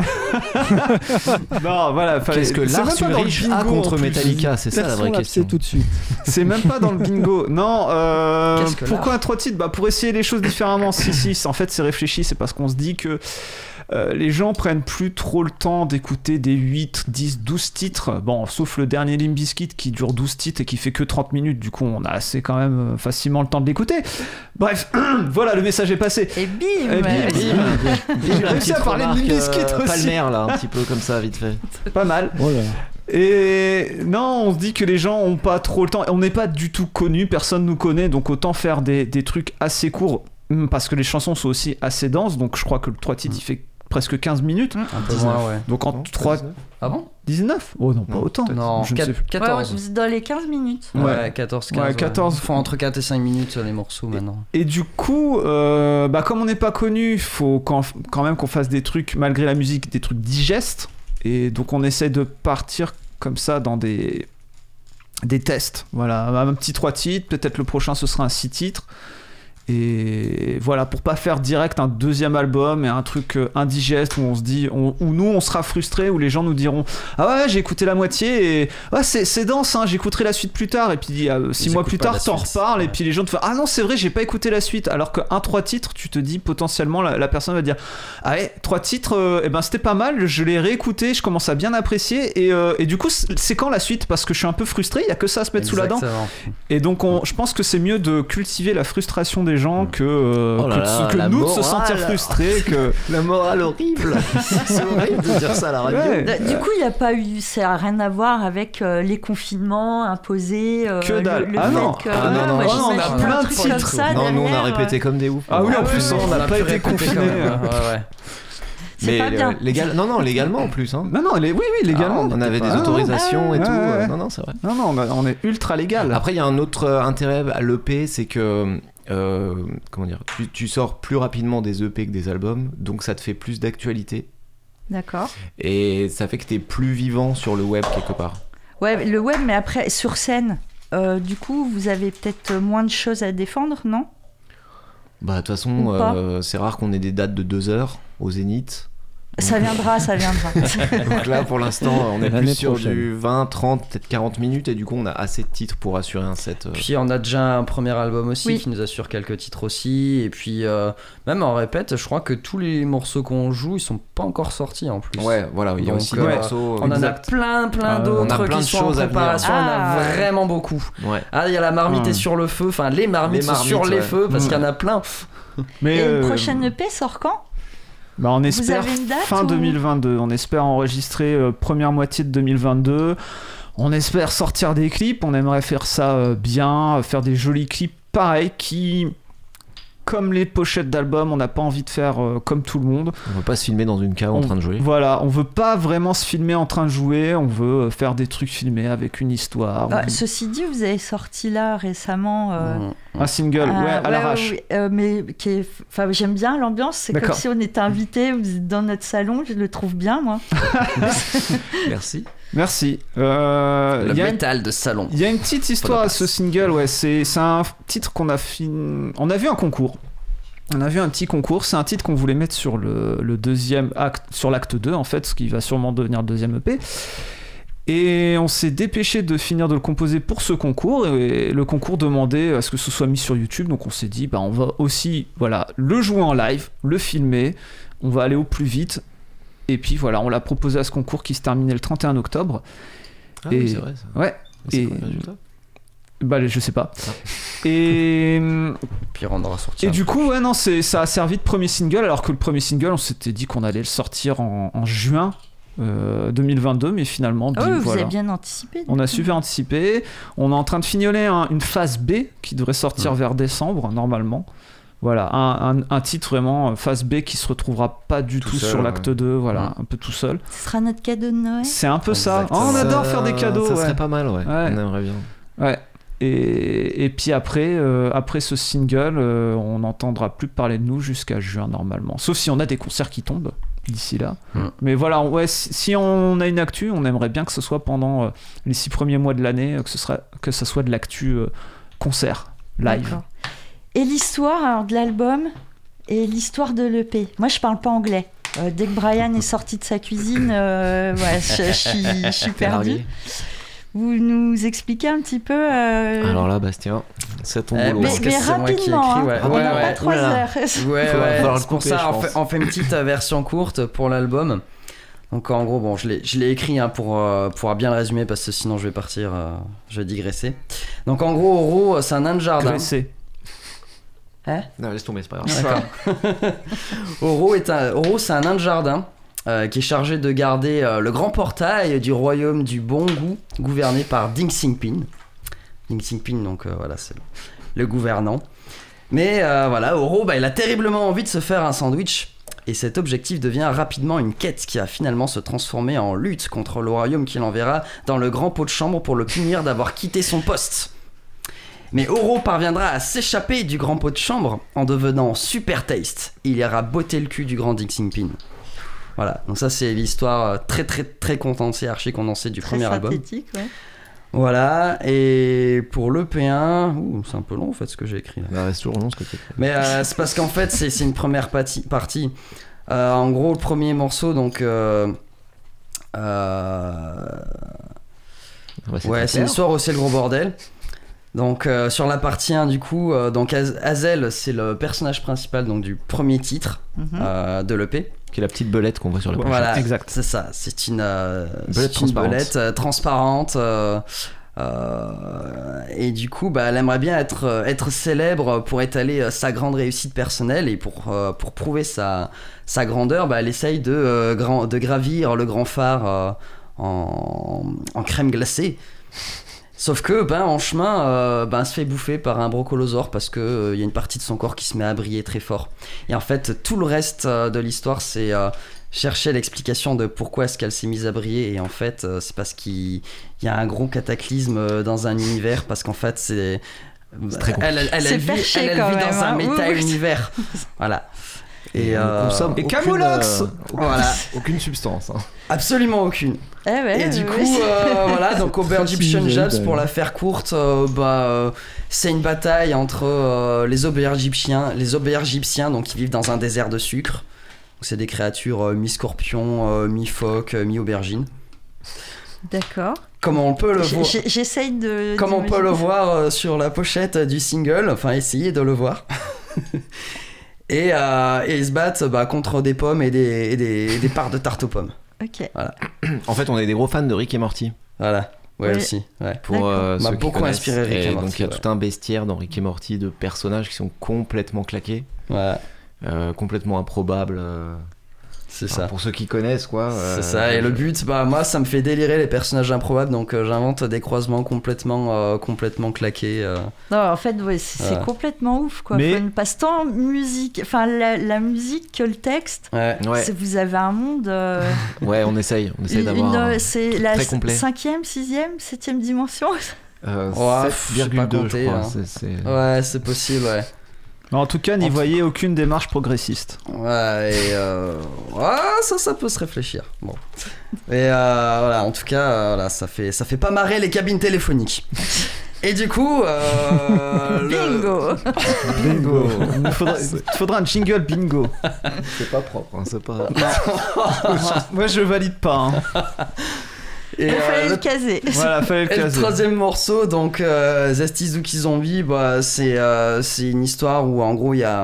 Non, voilà. fallait- Qu'est-ce que c'est Lars même pas dans le Ulrich bingo, a en contre plus. Metallica? C'est ça la vraie Laissons question. l'abcès tout de suite. C'est même pas dans le bingo. Non, euh, Qu'est-ce que pourquoi l'art un trois titres bah, Pour essayer les choses différemment. Si, si, c'est- en fait, c'est réfléchi. C'est parce qu'on se dit que euh, les gens prennent plus trop le temps d'écouter des huit, dix, douze titres. Bon, sauf le dernier Limp Bizkit qui dure douze titres et qui fait que trente minutes. Du coup, on a assez quand même euh, facilement le temps de l'écouter. Bref, voilà, le message est passé. Et bim, Et bim, ouais. bim. J'ai réussi à parler de Limp Bizkit aussi. Palmer là, un petit peu comme ça, vite fait. Pas mal. Oh là. Et non, on se dit que les gens ont pas trop le temps. On n'est pas du tout connus, personne nous connaît, donc autant faire des, des trucs assez courts, hum, parce que les chansons sont aussi assez denses. Donc je crois que le trois titres il fait presque quinze minutes. Hum. Un peu moins, ouais. Donc en trois Ah bon? dix-neuf Oh non, pas Non, autant. Non, je ne sais plus. Ouais, ouais, quatorze. vous êtes dans les quinze minutes. Ouais. Ouais, quatorze, quinze. Ouais, quatorze. Ils font entre quatre et cinq minutes sur les morceaux maintenant. Et du coup, euh, bah comme on n'est pas connu, il faut quand, quand même qu'on fasse des trucs, malgré la musique, des trucs digestes. Et donc on essaie de partir comme ça dans des, des tests. Voilà, un petit trois titres, peut-être le prochain ce sera un six titres. Et voilà, pour pas faire direct un deuxième album et un truc euh, indigeste où on se dit, on- où nous on sera frustrés, où les gens nous diront ah ouais, j'ai écouté la moitié et ouais, c'est, c'est dense, hein, j'écouterai la suite plus tard. Et puis euh, six Ils mois écoutent plus pas tard, la t'en suite. reparles et Ouais. puis les gens te font ah non, c'est vrai, j'ai pas écouté la suite. Alors qu'un trois titres, tu te dis potentiellement, la, la personne va dire ah ouais, trois titres, euh, et ben c'était pas mal, je l'ai réécouté, je commence à bien apprécier. Et, euh, et du coup, c'est c'est quand la suite? Parce que je suis un peu frustré, il y a que ça à se mettre sous la dent. Exactement. Et donc, on, je pense que c'est mieux de cultiver la frustration des gens que, euh, Oh là que, là, que la nous de se morale. sentir frustrés. Que... La morale horrible. C'est horrible de dire ça à la radio. Ouais. Du coup, il n'y a pas eu, ça n'a rien à voir avec euh, les confinements imposés. euh, Que dalle. Le, le Ah fait non. que, Ah non, ouais, non, moi, non, j'imagine on a un plein de truc comme titres. ça Non, nous on a derrière, répété euh, comme des oufs. Ah oui, en Ouais, plus, ouais, on n'a a pas pu été répéter confinés. quand même. Ouais, ouais. C'est Mais pas euh, bien. légal... Non, non, légalement en plus. Hein. Non, non, les... oui, oui, légalement. Ah, on avait des Ah, non, autorisations et ouais, tout. ouais, euh, ouais. Non, non, c'est vrai. Non, non, on, a- on est ultra légal. Après, il y a un autre euh, intérêt à l'E P, c'est que euh, comment dire, tu, tu sors plus rapidement des E P que des albums, donc ça te fait plus d'actualité D'accord. et ça fait que t'es plus vivant sur le web quelque part. Ouais, le web, mais après, sur scène, euh, du coup, vous avez peut-être moins de choses à défendre, non? Bah de toute façon, Ou pas. euh, c'est rare qu'on ait des dates de deux heures au Zénith. Ça viendra, ça viendra. Donc là, pour l'instant, on est L'année plus sur prochaine. du vingt, trente, peut-être quarante minutes, et du coup, on a assez de titres pour assurer un set. euh. Puis on a déjà un premier album aussi Oui. qui nous assure quelques titres aussi. Et puis euh, même on répète, je crois que tous les morceaux qu'on joue, ils sont pas encore sortis en plus. Ouais, voilà, il y a Donc, aussi euh, des morceaux. On en a Exact. plein, plein Ah, d'autres on a plein qui de sont en choses à venir. préparation. On Ah. a vraiment beaucoup. Ouais. Ah, il y a la marmite Ah. est sur le feu. Enfin, les marmites, Les sont sur marmites, les ouais. feux parce Mm. qu'il y en a plein. Mais Et euh, une prochaine E P sort quand? bah, on espère avez une date fin ou- deux mille vingt-deux. On espère enregistrer euh, première moitié de deux mille vingt-deux. On espère sortir des clips. On aimerait faire ça euh, bien, euh, faire des jolis clips pareils qui, comme les pochettes d'albums, on n'a pas envie de faire euh, comme tout le monde. On va pas se filmer dans une cave en On- train de jouer. Voilà, on veut pas vraiment se filmer en train de jouer. On veut euh, faire des trucs filmés avec une histoire. Ah, On- ceci dit, vous avez sorti là récemment. euh, Mm. Un single, Ah, ouais, à ouais, l'arrache. ouais, euh, mais qui est, enfin, j'aime bien l'ambiance. C'est comme D'accord. si on était invité. Vous êtes dans notre salon. Je le trouve bien, moi. Merci. Merci. Euh, Le y a une- métal de salon. Il y a une petite histoire à Phonopass. ce single, ouais. C'est, c'est un titre qu'on a fin... On a vu un concours. on a vu un petit concours. C'est un titre qu'on voulait mettre sur le, le deuxième acte, sur l'acte deux en fait, ce qui va sûrement devenir le deuxième E P. Et on s'est dépêché de finir de le composer pour ce concours, et le concours demandait à ce que ce soit mis sur YouTube, donc on s'est dit bah on va aussi voilà, le jouer en live, le filmer, on va aller au plus vite, et puis voilà, on l'a proposé à ce concours qui se terminait le trente et un octobre. Ah et... oui, c'est vrai ça. Ouais. C'est et... quoi le résultat ? Bah je sais pas. Ah. Et puis on aura sorti. Et du coup ouais non c'est ça a servi de premier single, alors que le premier single on s'était dit qu'on allait le sortir en, en juin euh, deux mille vingt-deux, mais finalement oh, bim, vous voilà. avez bien anticipé. On a super anticipé. On est en train de fignoler un, une phase B qui devrait sortir mmh. vers décembre normalement. Voilà, un, un, un titre vraiment phase B qui se retrouvera pas du tout, tout seul, sur l'acte ouais. deux, voilà, mmh. un peu tout seul. Ce sera notre cadeau de Noël. C'est un peu Exactement. ça. Oh, on adore faire des cadeaux. Ça ouais. serait pas mal, ouais. ouais. On aimerait bien. Ouais. Et, et puis après, euh, après ce single, euh, on n'entendra plus parler de nous jusqu'à juin normalement. Sauf si on a des concerts qui tombent d'ici là. Mmh. Mais voilà, ouais, si, si on a une actu, on aimerait bien que ce soit pendant euh, les six premiers mois de l'année, que ce sera, que ça soit de l'actu euh, concert, live. D'accord. Et l'histoire alors, de l'album et l'histoire de l'E P. Moi, je parle pas anglais. Euh, dès que Brian est sorti de sa cuisine, euh, ouais, je, je, suis, je suis perdue. Vous nous expliquez un petit peu euh... Alors là, Bastien, c'est ton euh, boulot. Mais, mais rapidement, hein, ouais. on ouais, n'a ouais, pas trois heures. Ouais, ouais, c'est pour ça, on fait, on fait une petite version courte pour l'album. Donc en gros, bon, je l'ai, je l'ai écrit hein, pour euh, pouvoir bien le résumer, parce que sinon je vais partir, euh, je vais digresser. Donc en gros, Oro, c'est un nain de jardin. Gresser. Hein Non, laisse tomber, c'est pas grave. Oro, est un, Oro, c'est un nain de jardin. Euh, qui est chargé de garder euh, le grand portail du royaume du bon goût, gouverné par Ding Xingpin. Ding Xingpin, donc euh, voilà, c'est le, le gouvernant. Mais euh, voilà, Oro, bah, il a terriblement envie de se faire un sandwich. Et cet objectif devient rapidement une quête qui va finalement se transformer en lutte contre le royaume qui l'enverra dans le grand pot de chambre pour le punir d'avoir quitté son poste. Mais Oro parviendra à s'échapper du grand pot de chambre en devenant Super Taste. Il ira botter le cul du grand Ding Xingpin. Voilà, donc ça c'est l'histoire très très très condensée, archi condensée du très premier album. synthétique, ouais. Voilà, et pour l'E P un, ouh, c'est un peu long en fait ce que j'ai écrit là. Bah, c'est toujours long ce que tu écris. Mais euh, c'est parce qu'en fait c'est, c'est une première partie. partie. Euh, en gros, le premier morceau, donc. Euh, euh, ouais, c'est, ouais, c'est une histoire aussi le gros bordel. Donc euh, sur la partie un du coup, euh, donc Hazel c'est le personnage principal donc, du premier titre mm-hmm. euh, de l'E P. Qui est la petite belette qu'on voit sur la pochette. Voilà, exact. C'est ça, c'est une, euh, belette c'est une belette euh, transparente. Euh, euh, et du coup, bah, elle aimerait bien être, être célèbre pour étaler euh, sa grande réussite personnelle. Et pour, euh, pour prouver sa, sa grandeur, bah, elle essaye de, euh, grand, de gravir le grand phare euh, en, en crème glacée. Sauf que, ben, en chemin, euh, ben, elle se fait bouffer par un brocolosaure parce qu'il euh, y a une partie de son corps qui se met à briller très fort. Et en fait, tout le reste euh, de l'histoire, c'est euh, chercher l'explication de pourquoi est-ce qu'elle s'est mise à briller. Et en fait, euh, c'est parce qu'il y a un gros cataclysme euh, dans un univers. Parce qu'en fait, c'est. c'est très compliqué. Elle, elle, elle, c'est elle perché vit, elle, elle quand vit même, dans un hein. méta-univers. Voilà. Et, et euh, consomme et aucune, Camoulox euh, aucune, voilà. aucune substance. Hein. Absolument aucune. Eh ouais, et du ouais, coup, ouais. euh, voilà, donc Aubergyptian Jabs, pour la faire courte, euh, bah, euh, c'est une bataille entre euh, les Aubergyptiens, les Aubergyptiens, donc qui vivent dans un désert de sucre. Donc, c'est des créatures euh, mi-scorpion, euh, mi-phoque, euh, mi-aubergine. D'accord. Comme on peut le voir. J'essaye de. Comme on peut le voir euh, sur la pochette du single, enfin, essayez de le voir. Et, euh, et ils se battent bah, contre des pommes et des, et des, et des parts de tarte aux pommes. Ok. Voilà. En fait, on est des gros fans de Rick et Morty. Voilà. Ouais, oui. aussi. Ouais. Pour euh, m'a ceux beaucoup qui connaissent. inspiré Rick et, et Morty. Donc il y a ouais. tout un bestiaire dans Rick et Morty de personnages qui sont complètement claqués, ouais. euh, complètement improbables. Euh... C'est enfin, ça. Pour ceux qui connaissent, quoi. C'est euh, ça. Et je... le but, bah moi, ça me fait délirer les personnages improbables, donc euh, j'invente des croisements complètement, euh, complètement claqués. Euh. Non, en fait, ouais, c'est, ouais. c'est complètement ouf, quoi. Mais... Enfin, une passe-temps musique, enfin la, la musique que le texte. Ouais. Ouais. C'est, vous avez un monde. Euh... ouais, on essaye, on essaye une, d'avoir. une, Un... c'est la très complet. cinquième, sixième, septième dimension. Euh, ouais, sept virgule deux, je crois. Hein. C'est, c'est... Ouais, c'est possible, ouais. Mais en tout cas, n'y voyez aucune démarche progressiste. Ouais, et euh... ouais, ça, ça peut se réfléchir. Bon. Et euh, voilà, en tout cas, euh, voilà, ça fait, ça fait pas marrer les cabines téléphoniques. Et du coup, euh, bingo. Le... Bingo. Il faudra, il faudra un jingle bingo. C'est pas propre, hein, c'est pas. Moi, je valide pas. Hein. Et il fallait euh, le caser. Voilà, fallait le et caser. Le troisième morceau, donc euh, Zastizuki Zombie, bah, c'est, euh, c'est une histoire où en gros il y a.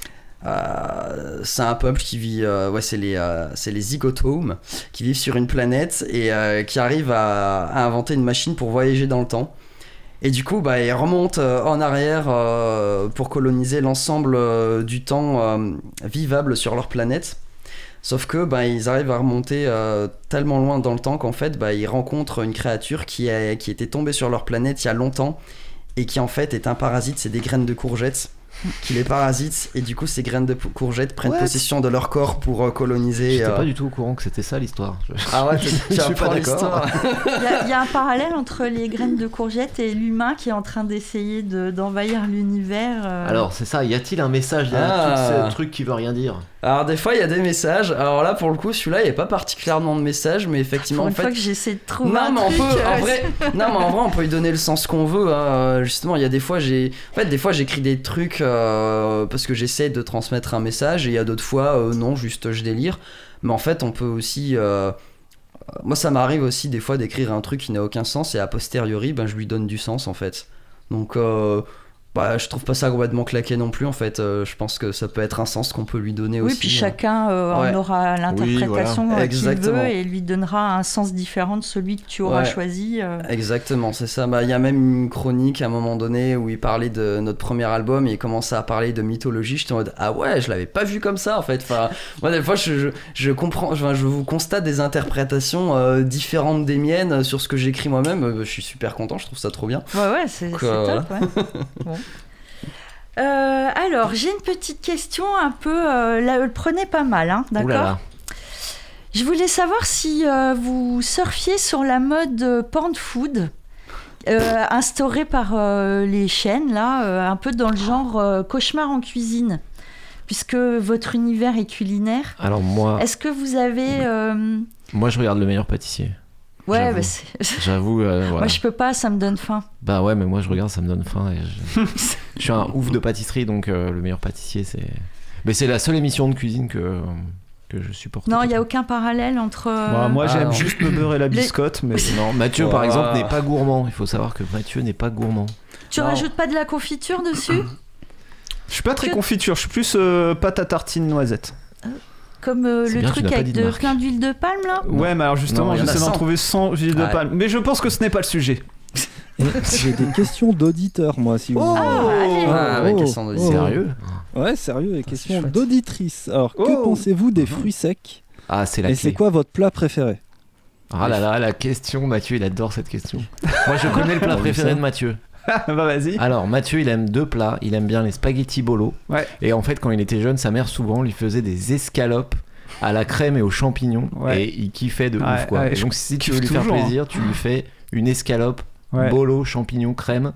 Euh, c'est un peuple qui vit. Euh, ouais, c'est les, euh, c'est les Zygotomes qui vivent sur une planète et euh, qui arrivent à, à inventer une machine pour voyager dans le temps. Et du coup, bah, ils remontent euh, en arrière euh, pour coloniser l'ensemble euh, du temps euh, vivable sur leur planète. Sauf que bah, ils arrivent à remonter euh, tellement loin dans le temps qu'en fait bah, ils rencontrent une créature qui, a, qui était tombée sur leur planète il y a longtemps et qui en fait est un parasite, c'est des graines de courgettes qui les parasitent et du coup ces graines de courgettes prennent What possession de leur corps pour euh, coloniser. J'étais euh... pas du tout au courant que c'était ça l'histoire. Ah ouais, tu je suis pas d'accord. Il y, y a un parallèle entre les graines de courgettes et l'humain qui est en train d'essayer de, d'envahir l'univers. Euh... Alors c'est ça, y a-t-il un message derrière ah. tout ce truc qui veut rien dire? Alors des fois il y a des messages. Alors là pour le coup celui-là il n'y a pas particulièrement de messages, mais effectivement pour en une fait. fois que j'essaie de trouver non, un mais on truc. peut, en euh, vrai, non mais en vrai on peut lui donner le sens qu'on veut. Hein. Justement il y a des fois j'ai, en fait des fois j'écris des trucs euh, parce que j'essaie de transmettre un message et il y a d'autres fois euh, non juste je délire. Mais en fait on peut aussi. Euh... Moi ça m'arrive aussi des fois d'écrire un truc qui n'a aucun sens et a posteriori ben je lui donne du sens en fait. Donc euh... Bah, je trouve pas ça complètement claqué non plus en fait. Euh, je pense que ça peut être un sens qu'on peut lui donner oui, aussi. Oui, puis chacun euh, ouais. en aura l'interprétation oui, voilà. qu'il veut et lui donnera un sens différent de celui que tu auras ouais. choisi. Euh. Exactement, c'est ça. Bah, y a même une chronique à un moment donné où il parlait de notre premier album et il commençait à parler de mythologie. J'étais en mode ah ouais, je l'avais pas vu comme ça en fait. Enfin, moi des fois je, je, je comprends, je, je vous constate des interprétations euh, différentes des miennes sur ce que j'écris moi-même. Je suis super content, je trouve ça trop bien. Ouais ouais, c'est, Donc, c'est euh, top. Ouais. Bon. Euh, alors, j'ai une petite question un peu... Euh, là, prenez pas mal, hein, d'accord ? Oulala. Je voulais savoir si euh, vous surfiez sur la mode euh, porn food euh, instaurée par euh, les chaînes, là, euh, un peu dans le genre euh, cauchemar en cuisine, puisque votre univers est culinaire. Alors moi... Est-ce que vous avez... Euh... Moi, je regarde Le Meilleur Pâtissier. Ouais, j'avoue, bah c'est... j'avoue euh, voilà. Moi je peux pas, ça me donne faim. Bah ouais, mais moi je regarde, ça me donne faim. Et je... je suis un ouf de pâtisserie, donc euh, Le Meilleur Pâtissier, c'est. Mais c'est la seule émission de cuisine que que je supporte. Non, il y a aucun parallèle entre. Euh... Bah, moi ah, j'aime non. juste me beurrer la biscotte, mais non. Mathieu, oh. par exemple, n'est pas gourmand. Il faut savoir que Mathieu n'est pas gourmand. Tu non. rajoutes pas de la confiture dessus ? Je suis pas très que... confiture, je suis plus euh, pâte à tartine noisette. Comme euh, le bien, truc avec de, plein d'huile de palme là. Ouais, mais alors justement, non, j'essaie d'en trouver sans huile de ouais. palme. Mais je pense que ce n'est pas le sujet. Et j'ai des questions d'auditeurs, moi, si vous Oh, allez. Ah, ouais, Oh, question de oh. Sérieux ? Ouais, sérieux, des questions chouette. d'auditrices. Alors, que Oh. pensez-vous des fruits secs ? Ah, c'est la Et clé. c'est quoi votre plat préféré ? Ah là là, la question, Mathieu, il adore cette question. Moi, je connais le plat Ah, préféré ça. de Mathieu. bah vas-y. Alors, Mathieu, il aime deux plats. Il aime bien les spaghettis bolo. Ouais. Et en fait, quand il était jeune, sa mère souvent lui faisait des escalopes à la crème et aux champignons. Ouais. Et il kiffait de Ouais, ouf, quoi. ouais, Et je donc, si tu kiffe veux lui faire toujours, plaisir, tu lui fais une escalope, Ouais. bolo, champignons, crème.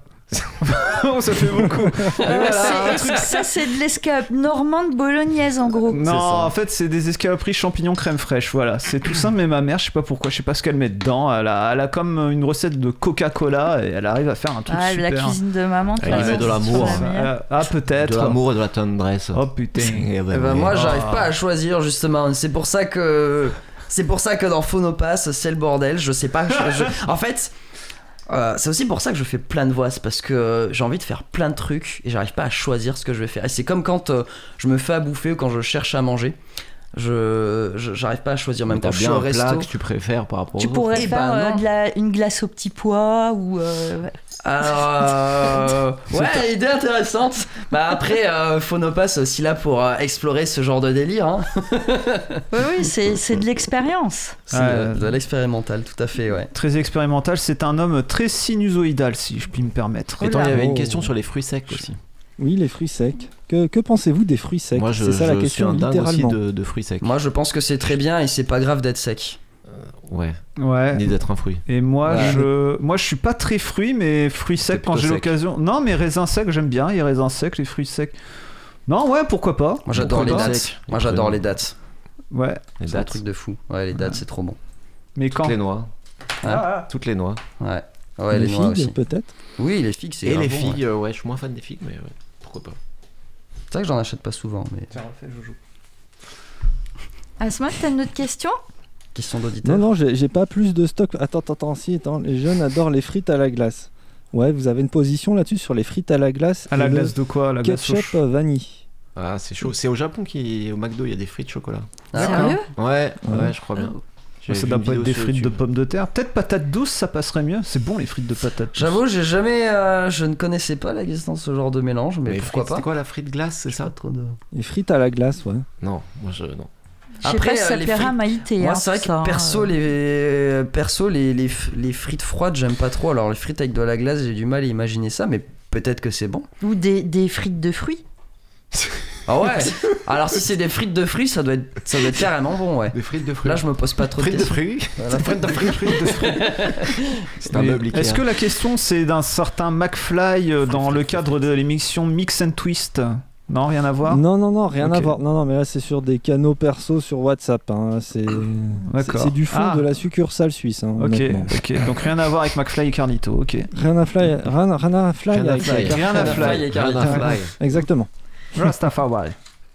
Oh, ça fait beaucoup. Euh, Voilà, c'est- un truc- ça c'est de l'escalope normande bolognaise en gros. Non, C'est ça. en fait, c'est des escaloperies champignons crème fraîche. Voilà, c'est tout simple. Mais ma mère, je sais pas pourquoi, je sais pas ce qu'elle met dedans. Elle a, elle a comme une recette de Coca-Cola et elle arrive à faire un truc Ah, super. la cuisine de maman. de toute Elle y façon, met de c'est l'amour. toujours la meilleure. Euh, ah, peut-être. De l'amour et de la tendresse. Oh putain. Eh ben, Eh ben, oui. moi, j'arrive Ah. pas à choisir justement. C'est pour ça que c'est pour ça que dans Phonopass, c'est le bordel. Je sais pas. je- je- En fait, euh, c'est aussi pour ça que je fais plein de voix. C'est parce que euh, j'ai envie de faire plein de trucs et j'arrive pas à choisir ce que je vais faire. Et c'est comme quand euh, je me fais à bouffer ou quand je cherche à manger. Je, je- j'arrive pas à choisir. Même T'as quand je suis bien au un plat resto. que tu préfères par rapport aux Tu autres. pourrais Eh faire ben, euh, non. de la, une glace au petit pois ou. euh, Alors, euh, ouais, idée intéressante. Bah après, euh, Phonopass est aussi là pour euh, explorer ce genre de délire. Hein. Oui, oui, c'est, c'est de l'expérience. C'est Ouais. euh, de l'expérimental, tout à fait, ouais. Très expérimental. C'est un homme très sinusoïdal, si je puis me permettre. Et attends, il y avait une Oh. question sur les fruits secs aussi. Oui, les fruits secs. Que, que pensez-vous des fruits secs ? Moi, je, C'est ça je la question, suis un dingue aussi littéralement. de, de fruits secs. Moi, je pense que c'est très bien et c'est pas grave d'être sec. Ouais, Ouais. ni d'être un fruit. Et moi, Ouais. je, moi, je suis pas très fruit, mais fruits secs quand plutôt j'ai sec. l'occasion. Non, mais raisins secs, j'aime bien. Les raisins secs, les fruits secs. Non, ouais, pourquoi pas. Moi, j'adore les Pourquoi pas dates. sec. Moi, j'adore les dates. Ouais. Les C'est un dates, truc de fou. Ouais, les dates, c'est trop bon. Mais quand. toutes les noix. Ah, Toutes les noix. Ouais. Ouais, les les noix figues, aussi. peut-être. Oui, les figues, c'est Et grave les bon, figues, ouais. euh, ouais, je suis moins fan des figues, mais ouais, pourquoi pas. C'est vrai que j'en achète pas souvent, mais Tiens, refais, Jojo. Asma, t'as une autre question? question d'auditeur. Non, non, j'ai j'ai pas plus de stock. Attends, attends, attends, si, attends. Les jeunes adorent les frites à la glace. Ouais, vous avez une position là-dessus sur les frites à la glace. À et la le glace de quoi? La glace au ketchup ch- euh, vanille. Ah, c'est chaud. C'est au Japon qui, au McDo, il y a des frites chocolat. Ah, Sérieux? Ouais, ouais, Ouais. je crois bien. Oh. J'ai Ça vu doit une pas être vidéo des sur frites de YouTube. pommes de terre. Peut-être patates douces, ça passerait mieux. C'est bon les frites de patates douces. J'avoue, j'ai jamais, euh, je ne connaissais pas l'existence de ce genre de mélange, mais, Mais pourquoi frites, pas. C'était quoi la frite glace, c'est ça? Trop de... Les frites à la glace, ouais. Non, moi je non. Je sais Après, pas si ça euh, les plaira à frites- Maïté. Moi, hein, c'est vrai tout que ça, perso, hein. les, euh, perso les, les, f- les frites froides, j'aime pas trop. Alors, les frites avec de la glace, j'ai du mal à imaginer ça, mais peut-être que c'est bon. Ou des, des frites de fruits. Ah ouais. Alors, si c'est des frites de fruits, ça doit être, ça doit être carrément bon, ouais. Des frites de fruits. Là, je me pose pas trop de frites de questions. fruits. Voilà, frites de fruits. C'est un Mais meuble Ikea. Est-ce que la question c'est d'un certain McFly euh, dans le cadre de l'émission Mix and Twist? Non, rien à voir. Non, non, non, rien Ok. à voir. Non, non, mais là, c'est sur des canaux perso sur WhatsApp. Hein. C'est D'accord. c'est- c'est du fond Ah. de la succursale suisse. Hein, Ok, honnêtement. ok. Donc rien à voir avec McFly et Carlito. Ok. Rien à fly, rien, rien à fly Rien à avec fly. ça. Rien à fly. et Rien à Carlito. fly. Exactement. Rastafari.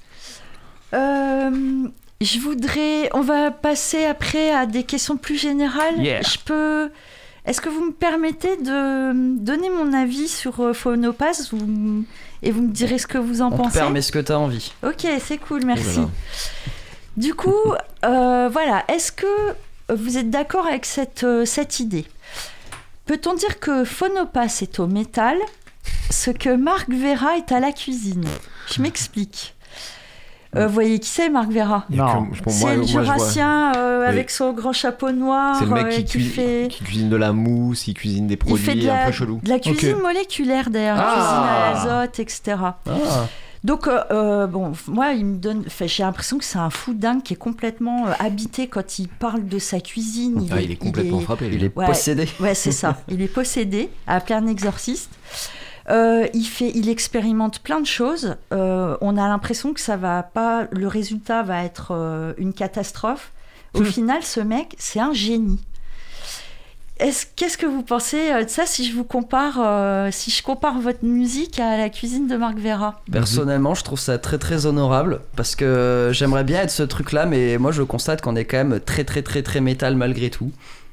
Euh, je voudrais. On va passer après à des questions plus générales. Yeah. Je peux. Est-ce que vous me permettez de donner mon avis sur euh, Phonopass ou- et vous me direz ce que vous en On te pensez? permet ce que t'as envie. Ok, c'est cool, Oh là merci. là. Du coup, euh, voilà, est-ce que vous êtes d'accord avec cette, euh, cette idée? Peut-on dire que Phonopass est au métal, ce que Marc Vera est à la cuisine? Je m'explique. Euh, vous voyez qui c'est, Marc Vera? Il y a Non. que- pour C'est moi- le moi, je vois- jurassien euh, Oui. avec son grand chapeau noir C'est le mec euh, qui, qui cui- fait... qui cuisine de la mousse, il cuisine des Il produits fait de un la, peu chelous. de la cuisine Ok. moléculaire d'ailleurs, Ah. cuisine à l'azote, et cetera. Ah. Donc, euh, euh, bon, moi, il me donne. Enfin, j'ai l'impression que c'est un fou dingue qui est complètement euh, habité quand il parle de sa cuisine. Ah, il est complètement frappé. lui. Il est Ouais. possédé. Ouais, c'est ça. Il est possédé, appelé un exorciste. Euh, il fait, il expérimente plein de choses. Euh, on a l'impression que ça va pas. Le résultat va être euh, une catastrophe. Au final, ce mec, c'est un génie. Est-ce, qu'est-ce que vous pensez euh, de ça si je vous compare, euh, si je compare votre musique à la cuisine de Marc Vera? Personnellement, je trouve ça très très honorable parce que j'aimerais bien être ce truc-là, mais moi je constate qu'on est quand même très très très très métal malgré tout.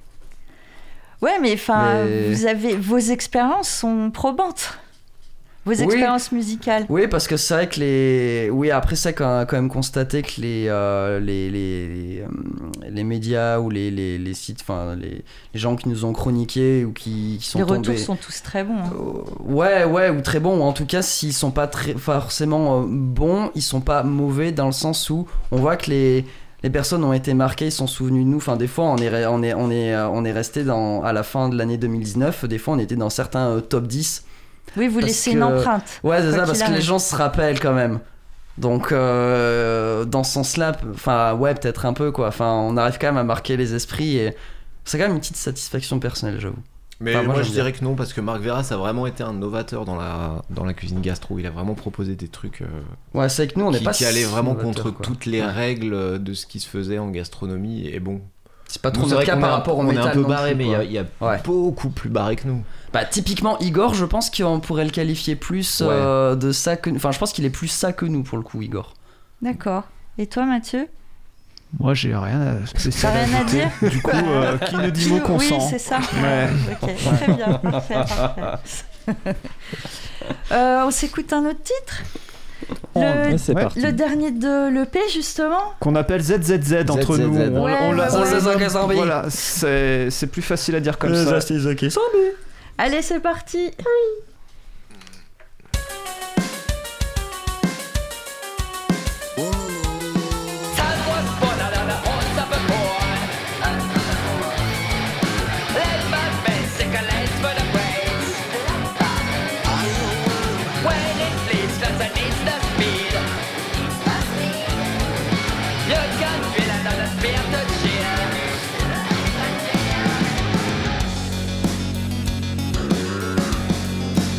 Ouais, mais enfin, Mais- vous avez vos expériences sont probantes. Vos Oui. expériences musicales. Oui, parce que c'est vrai que les. Oui, après ça, qu'on a quand même constaté que les, euh, les, les, les, euh, les médias ou les, les, les sites, enfin, les, les gens qui nous ont chroniqués ou qui, qui sont Les tombés. retours sont tous très bons. hein. Euh, Ouais, ouais, ou très bons, ou en tout cas, s'ils sont pas très, forcément euh, bons, ils sont pas mauvais dans le sens où on voit que les, les personnes ont été marquées, ils sont souvenus de nous. Enfin, des fois, on est, re- on est, on est, euh, on est resté dans, à la fin de l'année deux mille dix-neuf, des fois, on était dans certains euh, top dix. Oui, vous Parce laissez que- une empreinte. Ouais, c'est Quoi ça, parce qu'il que les arrive. gens se rappellent quand même. Donc, euh, dans ce sens-là, p- enfin, ouais, peut-être un peu, quoi. Enfin, on arrive quand même à marquer les esprits et c'est quand même une petite satisfaction personnelle, j'avoue. Mais Enfin, moi, moi, j'aime je dirais que non, parce que Marc Vera, ça a vraiment été un novateur dans la, dans la cuisine gastro. Il a vraiment proposé des trucs euh, Ouais, c'est que nous, on n'est qui, pas qui allaient vraiment novateurs, contre quoi. toutes les Ouais. règles de ce qui se faisait en gastronomie. Et bon, C'est pas nous, trop c'est notre vrai cas qu'on par est un- rapport au on est métal. un peu non barré, plus, mais il y quoi. a, il y a Ouais. beaucoup plus barré que nous. Bah, typiquement, Igor, je pense qu'on pourrait le qualifier plus Ouais. euh, de ça que. Enfin, je pense qu'il est plus ça que nous, pour le coup, Igor. D'accord. Et toi, Mathieu? Moi, j'ai rien à spécial T'as rien à ajouter. dire? Du coup, euh, qui ne dit mot Oui, consent. c'est ça. Ouais. Ok, très bien, parfait, parfait. Euh, on s'écoute un autre titre? Le, Ouais, c'est Ouais. parti. le dernier de l'E P, justement? Qu'on appelle Z Z Z entre Z Z Z. nous. On, Ouais, on l'a- ouais, on ouais. l'a- Z Z Z. Voilà, c'est c'est plus facile à dire comme ça. Allez, c'est parti. Thank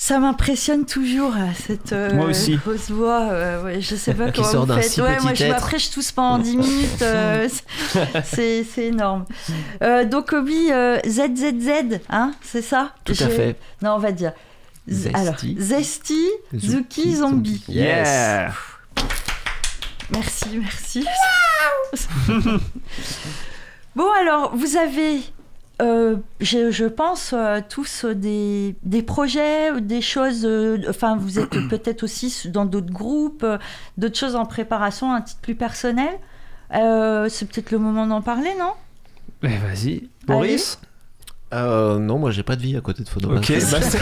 Ça m'impressionne toujours, cette euh, moi aussi. fausse voix. Euh, ouais, je sais pas Qui comment sort vous d'un faites. si Ouais, petit moi, je être. m'apprêche tous pendant dix minutes. Euh, c'est, c'est énorme. Euh, donc, oui, euh, Z Z Z, hein, c'est ça? Tout J'ai... à fait. Non, on va dire. Z- Zesty. Alors, Zesty, Zuki, Zuki, Zombie. Zombie. Yeah. Merci, merci. Bon, alors, vous avez, euh, je, je pense, euh, tous euh, des, des projets, des choses. euh, Enfin, vous êtes peut-être aussi dans d'autres groupes, euh, d'autres choses en préparation, un titre plus personnel. Euh, c'est peut-être le moment d'en parler, non? Mais vas-y, Boris. Euh, non, moi j'ai pas de vie à côté de photographe. Ok, bah c'est...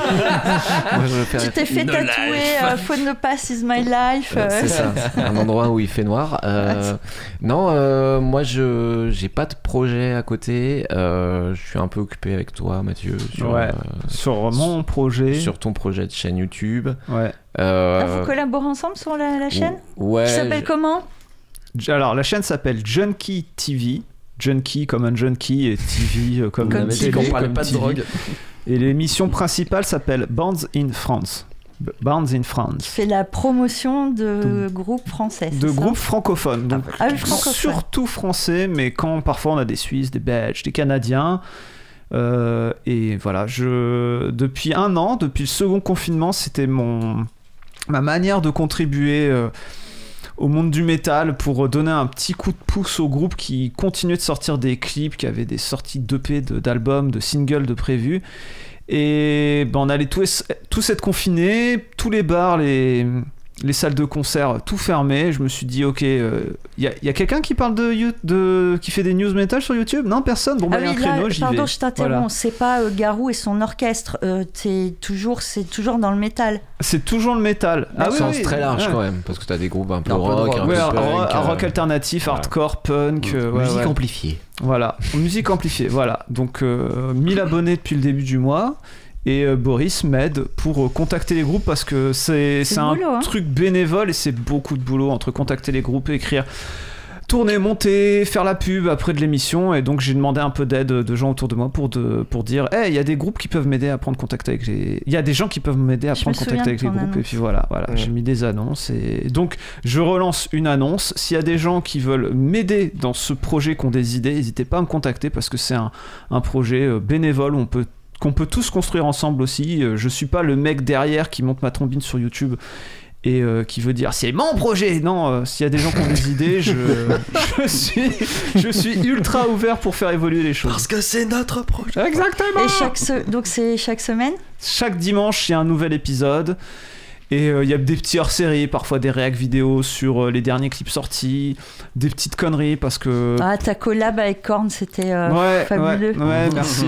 Moi, je veux faire Tu t'es fait No tatouer life. euh, Phone no Pass is my life. Euh, euh. C'est ça, un endroit où il fait noir. Euh, non, euh, moi je j'ai pas de projet à côté. Euh, je suis un peu occupé avec toi, Mathieu, sur, Ouais. euh, Sur mon projet. sur ton projet de chaîne YouTube. Ouais. Euh, Ah, vous collaborez ensemble sur la, la chaîne? Ouais. Qui s'appelle je- comment? Alors, la chaîne s'appelle Junkie T V. Junkie comme un junkie et T V euh, comme Comme la On avait T V, dit qu'on télé, parlait comme pas de T V. drogue. Et l'émission principale s'appelle Bands in France. B- Bands in France. Fait la promotion de groupes français. De c'est ça groupes francophones. Donc, Ah oui, francophone. surtout français, mais quand parfois on a des Suisses, des Belges, des Canadiens. Euh, et voilà, je, depuis un an, depuis le second confinement, c'était mon, ma manière de contribuer euh, au monde du métal pour donner un petit coup de pouce au groupe qui continuait de sortir des clips, qui avaient des sorties d'E P, de, d'albums, de singles de prévus. Et ben, on allait tous, tous être confinés, tous les bars, les, les salles de concert, tout fermé. Je me suis dit, ok, il euh, y a, y a quelqu'un qui parle de, You- de qui fait des news metal sur YouTube? Non, personne. Bon, bah, Ah il y a oui, un créneau, là, j'y pardon, vais. je t'interromps. Voilà. C'est pas euh, Garou et son orchestre. Euh, c'est toujours, c'est toujours dans le métal. C'est toujours le métal. Ah, oui, sens oui, très large ouais. quand même, parce que t'as des groupes un peu Un peu de rock, rock. un peu Ouais, un, punk, rock, un euh, rock alternatif, voilà. hardcore, punk. euh, ouais, musique ouais. amplifiée. Voilà, musique amplifiée. Voilà, donc euh, mille abonnés depuis le début du mois. Et euh, Boris m'aide pour euh, contacter les groupes parce que c'est, C'est c'est le un boulot, hein. truc bénévole et c'est beaucoup de boulot entre contacter les groupes et écrire, tourner, monter, faire la pub après de l'émission. Et donc j'ai demandé un peu d'aide de gens autour de moi pour, de, pour dire hey, il y a des groupes qui peuvent m'aider à prendre contact avec les. Il y a des gens qui peuvent m'aider à Je prendre me contact souviens avec de les ton groupes. Et annonce. puis voilà, voilà Ouais. j'ai mis des annonces. Et donc je relance une annonce. S'il y a des gens qui veulent m'aider dans ce projet, qui ont des idées, n'hésitez pas à me contacter parce que c'est un, un projet euh, bénévole où on peut qu'on peut tous construire ensemble aussi. Euh, Je suis pas le mec derrière qui monte ma trombine sur YouTube et euh, qui veut dire c'est mon projet. Non, euh, s'il y a des gens qui ont des idées, je, je suis je suis ultra ouvert pour faire évoluer les choses. Parce que c'est notre projet. Exactement. Et chaque se- donc c'est chaque semaine. Chaque dimanche, il y a un nouvel épisode. Et euh, il y a des petits hors-séries, parfois des réacs vidéo sur euh, les derniers clips sortis, des petites conneries parce que. Ah, ta collab avec Korn, c'était euh, ouais, fabuleux. ouais, ouais, merci.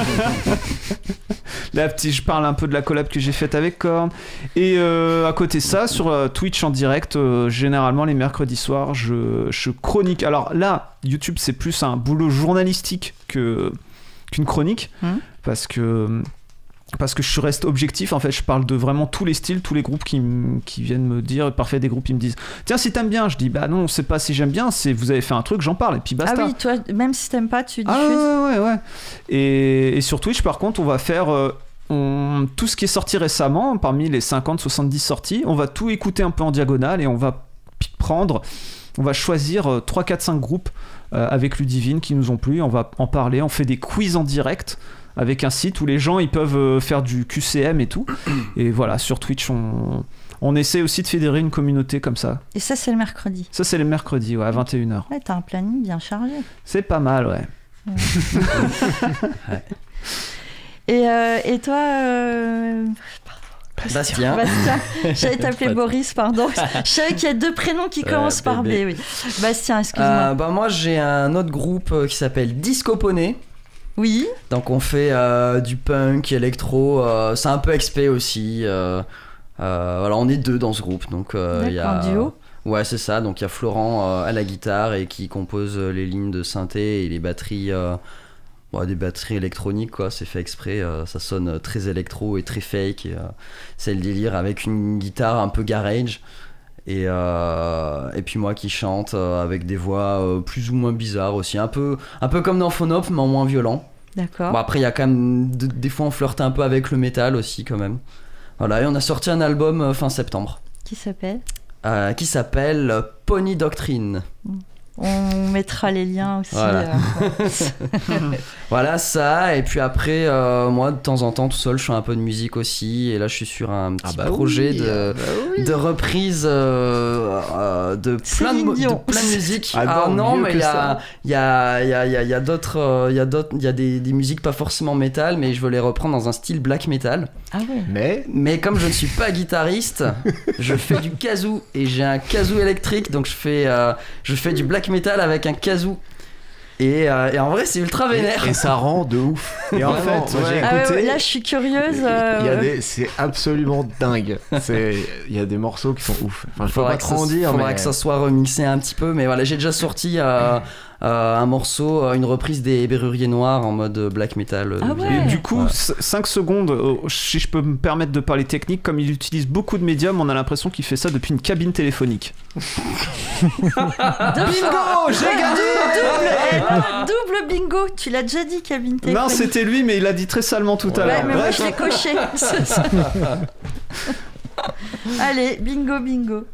La petite, je parle un peu de la collab que j'ai faite avec Korn. Et euh, à côté de ça, sur euh, Twitch en direct, euh, généralement les mercredis soirs, je, je chronique. Alors là, YouTube, c'est plus un boulot journalistique que, qu'une chronique. Hum. Parce que. Parce que je reste objectif, en fait, je parle de vraiment tous les styles, tous les groupes qui, m- qui viennent me dire, parfois des groupes ils me disent tiens, si t'aimes bien, je dis bah non, c'est pas si j'aime bien, c'est vous avez fait un truc, j'en parle, et puis basta. Ah oui, toi, même si t'aimes pas, tu Ah diffuses. ouais, ouais, ouais. Et, et sur Twitch, par contre, on va faire euh, on- tout ce qui est sorti récemment, parmi les cinquante soixante-dix sorties, on va tout écouter un peu en diagonale et on va p- prendre, on va choisir euh, trois, quatre, cinq groupes euh, avec Ludivine qui nous ont plu, on va en parler, on fait des quiz en direct avec un site où les gens ils peuvent euh, faire du Q C M et tout. Et voilà, sur Twitch, on, on essaie aussi de fédérer une communauté comme ça. Et ça, c'est le mercredi. Ça, c'est les mercredis, ouais, à vingt et une heures. Ouais, t'as un planning bien chargé. C'est pas mal, ouais. Et, euh, et toi, euh, Bastien. Bastien, j'allais t'appeler Pas de- Boris, pardon. Je savais qu'il y a deux prénoms qui Euh, commencent par B, bébé. oui. Bastien, excuse-moi. Euh, bah moi j'ai un autre groupe euh, qui s'appelle Disco Poney. Oui, Donc on fait euh, du punk, électro, euh, c'est un peu X P aussi. Euh, euh, voilà, on est deux dans ce groupe. Donc euh, il y a d'accord, duo. Ouais, c'est ça. Donc il y a Florent euh, à la guitare et qui compose euh, les lignes de synthé et les batteries, euh, ouais, des batteries électroniques quoi. C'est fait exprès. Euh, ça sonne euh, très électro et très fake. Et, euh, c'est le délire avec une guitare un peu garage. Et, euh, et puis moi qui chante euh, avec des voix euh, plus ou moins bizarres aussi, un peu, un peu comme dans Phonop mais en moins violent. D'accord. Bon après il y a quand même de- des fois on flirte un peu avec le métal aussi quand même. Voilà, et on a sorti un album euh, fin septembre. Qui s'appelle euh, Qui s'appelle euh, Pony Doctrine. On mettra les liens aussi. Voilà, euh. voilà ça. Et puis après, euh, moi, de temps en temps, tout seul, je fais un peu de musique aussi. Et là, je suis sur un petit Ah bah projet oui, de, ah bah oui. de reprise euh, euh, de, plein de, Céline Dion. de plein de musique. Ah non, mieux mais que il y a, ça. il y a, il y a, il y a, il y a d'autres, euh, il y a d'autres, il y a des, des musiques pas forcément métal, mais je veux les reprendre dans un style black metal. Ah ouais. Mais Mais comme je ne suis pas guitariste, je fais du kazoo et j'ai un kazoo électrique, donc je fais, euh, je fais du black metal avec un kazoo. Et, euh, et en vrai, c'est ultra vénère. et ça rend de ouf. Et en Vraiment, fait, moi, j'ai ouais. Ah ouais, écouté. ouais, là, je suis curieuse. euh, Il y a des, c'est absolument dingue. C'est, il y a des morceaux qui sont ouf. Enfin, je peux Faudra pas que trop ça- en dire, faudra mais que ça soit remixé un petit peu, mais voilà, j'ai déjà sorti euh, euh, un morceau, euh, une reprise des Berruriers Noirs en mode black metal. euh, Ah de- ouais. Et du coup, Voilà. cinq secondes, euh, si je peux me permettre de parler technique, comme il utilise beaucoup de médiums, on a l'impression qu'il fait ça depuis une cabine téléphonique. Bingo, j'ai gagné double, eh, non, double bingo. Tu l'as déjà dit, cabine Non, téléphonique. c'était lui, mais il l'a dit très salement tout à Ouais, l'heure. mais moi Bref. je l'ai coché. Allez, bingo, bingo.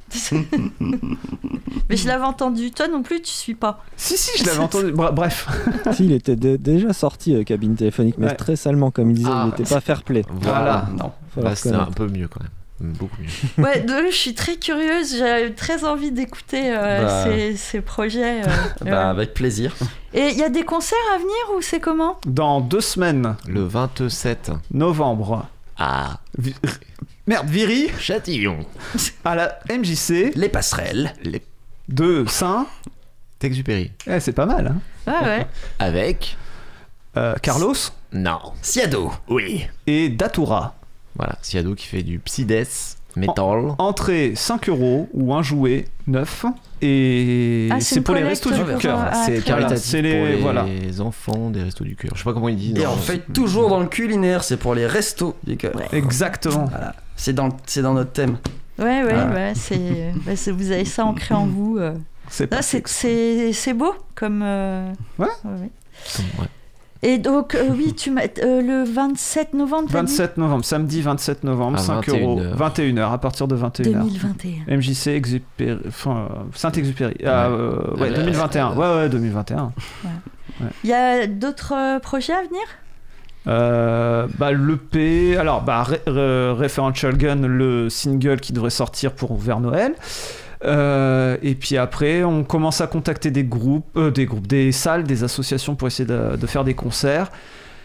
Mais je l'avais entendu. Toi non plus, tu suis pas. Si, si, je l'avais entendu. Bra- Bref. Si, il était dé- déjà sorti, euh, cabine téléphonique, mais Ouais. très salement, comme il disait, Ah, il n'était pas fair play. voilà. Non. Faut Bah, le c'est un reconnaître. peu mieux quand même. Beaucoup mieux. Ouais, de, je suis très curieuse. J'ai très envie d'écouter euh, Bah. ces, ces projets. euh, Bah, euh. avec plaisir. Et il y a des concerts à venir ou c'est comment? Dans deux semaines, Le vingt-sept. novembre. Ah, Vi- Merde, Viry, Châtillon. à la M J C Les passerelles. Les de Saint. Exupéry. Eh, c'est pas mal, hein. Ah ouais. Avec. Euh, Carlos Non. Siado. Oui. et Datura. Voilà, Siado qui fait du psy-death metal. Entrée cinq euros ou un jouet neuf. Et Ah, c'est c'est une pour les collecte restos du pour- cœur. ah, c'est très bien. caritatif C'est les- pour les voilà. enfants des restos du cœur. Je sais pas comment il dit. Et non. on fait toujours dans le culinaire, c'est pour les restos du cœur. Exactement. Voilà. C'est dans, c'est dans notre thème. Ouais, ouais, Ah. ouais, c'est, bah, c'est- vous avez ça ancré en vous. euh. C'est Là, pas c'est, c'est, c'est beau comme. euh, Ouais. ouais. Comme- ouais. Et donc, euh, oui, tu m'as, euh, le vingt-sept novembre, t'as dit vingt-sept novembre, samedi vingt-sept novembre, À cinq vingt et une euros. heures. vingt et une heures, à partir de vingt et une heures. deux mille vingt et un. M J C Exupéry, enfin, euh, Saint-Exupéry. Ah, euh, ouais, Ouais, deux mille vingt et un. euh, Ouais, ouais, deux mille vingt et un. Il y a d'autres euh, projets à venir? Euh, bah, l'E P, alors, bah, Re- Re- Referential Gun, le single qui devrait sortir pour vers Noël. Euh, et puis après, on commence à contacter des groupes, euh, des groupes, des salles, des associations pour essayer de, de faire des concerts.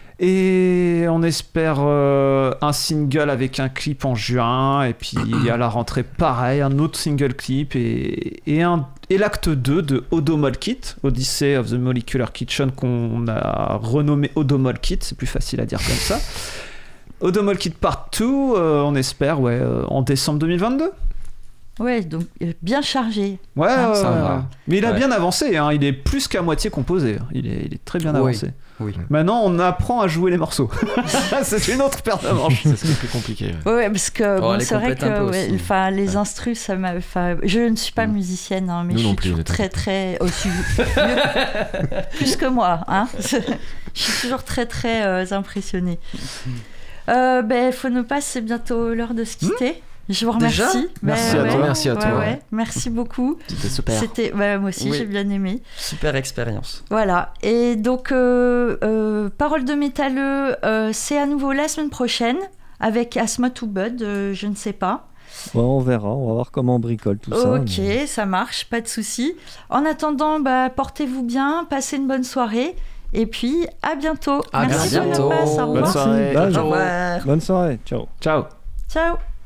Et on espère euh, un single avec un clip en juin. Et puis à la rentrée, pareil, un autre single clip et, et, un, et l'acte deux de Odomol Kit, Odyssey of the Molecular Kitchen, qu'on a renommé Odomol Kit. C'est plus facile à dire comme ça. Odomol Kit Part deux, euh, on espère, ouais, euh, en décembre deux mille vingt-deux. Ouais, donc euh, bien chargé. Ouais, Ah, ouais, ça ouais. va. Mais il a Ouais. bien avancé, hein. Il est plus qu'à moitié composé. Il est, il est très bien Oui. avancé. Oui. Maintenant, on apprend à jouer les morceaux. C'est une autre paire de manches. C'est ce qui est plus compliqué. ouais. Ouais, ouais, parce que Oh, bon, elle est c'est vrai complète un que peu ouais, aussi. enfin, les Ouais. instrus, ça m'a. enfin, je ne suis pas Mm. musicienne, hein, mais Nous je non suis plus, toujours ne très très. Oh, si, mieux- plus que moi, hein. Je suis toujours très très euh, impressionnée. Euh, ben, Phonopass, c'est bientôt l'heure de se quitter. Je vous remercie. Déjà Ben, Merci à ouais, toi, merci à ouais, toi. ouais. Merci beaucoup. C'était super. C'était, bah, moi aussi, Oui. j'ai bien aimé. Super expérience. Voilà. Et donc, euh, euh, Parole de métalleux, euh, c'est à nouveau la semaine prochaine avec Asthma to Bud, euh, je ne sais pas. Ouais, on verra, on va voir comment on bricole tout ça. Ok, mais- ça marche, pas de souci. En attendant, bah, portez-vous bien, passez une bonne soirée. Et puis, à bientôt. À Merci bientôt. Phonopass, au Bonne revoir. soirée. Bye. Au revoir. Bonne soirée, ciao. Ciao. Ciao.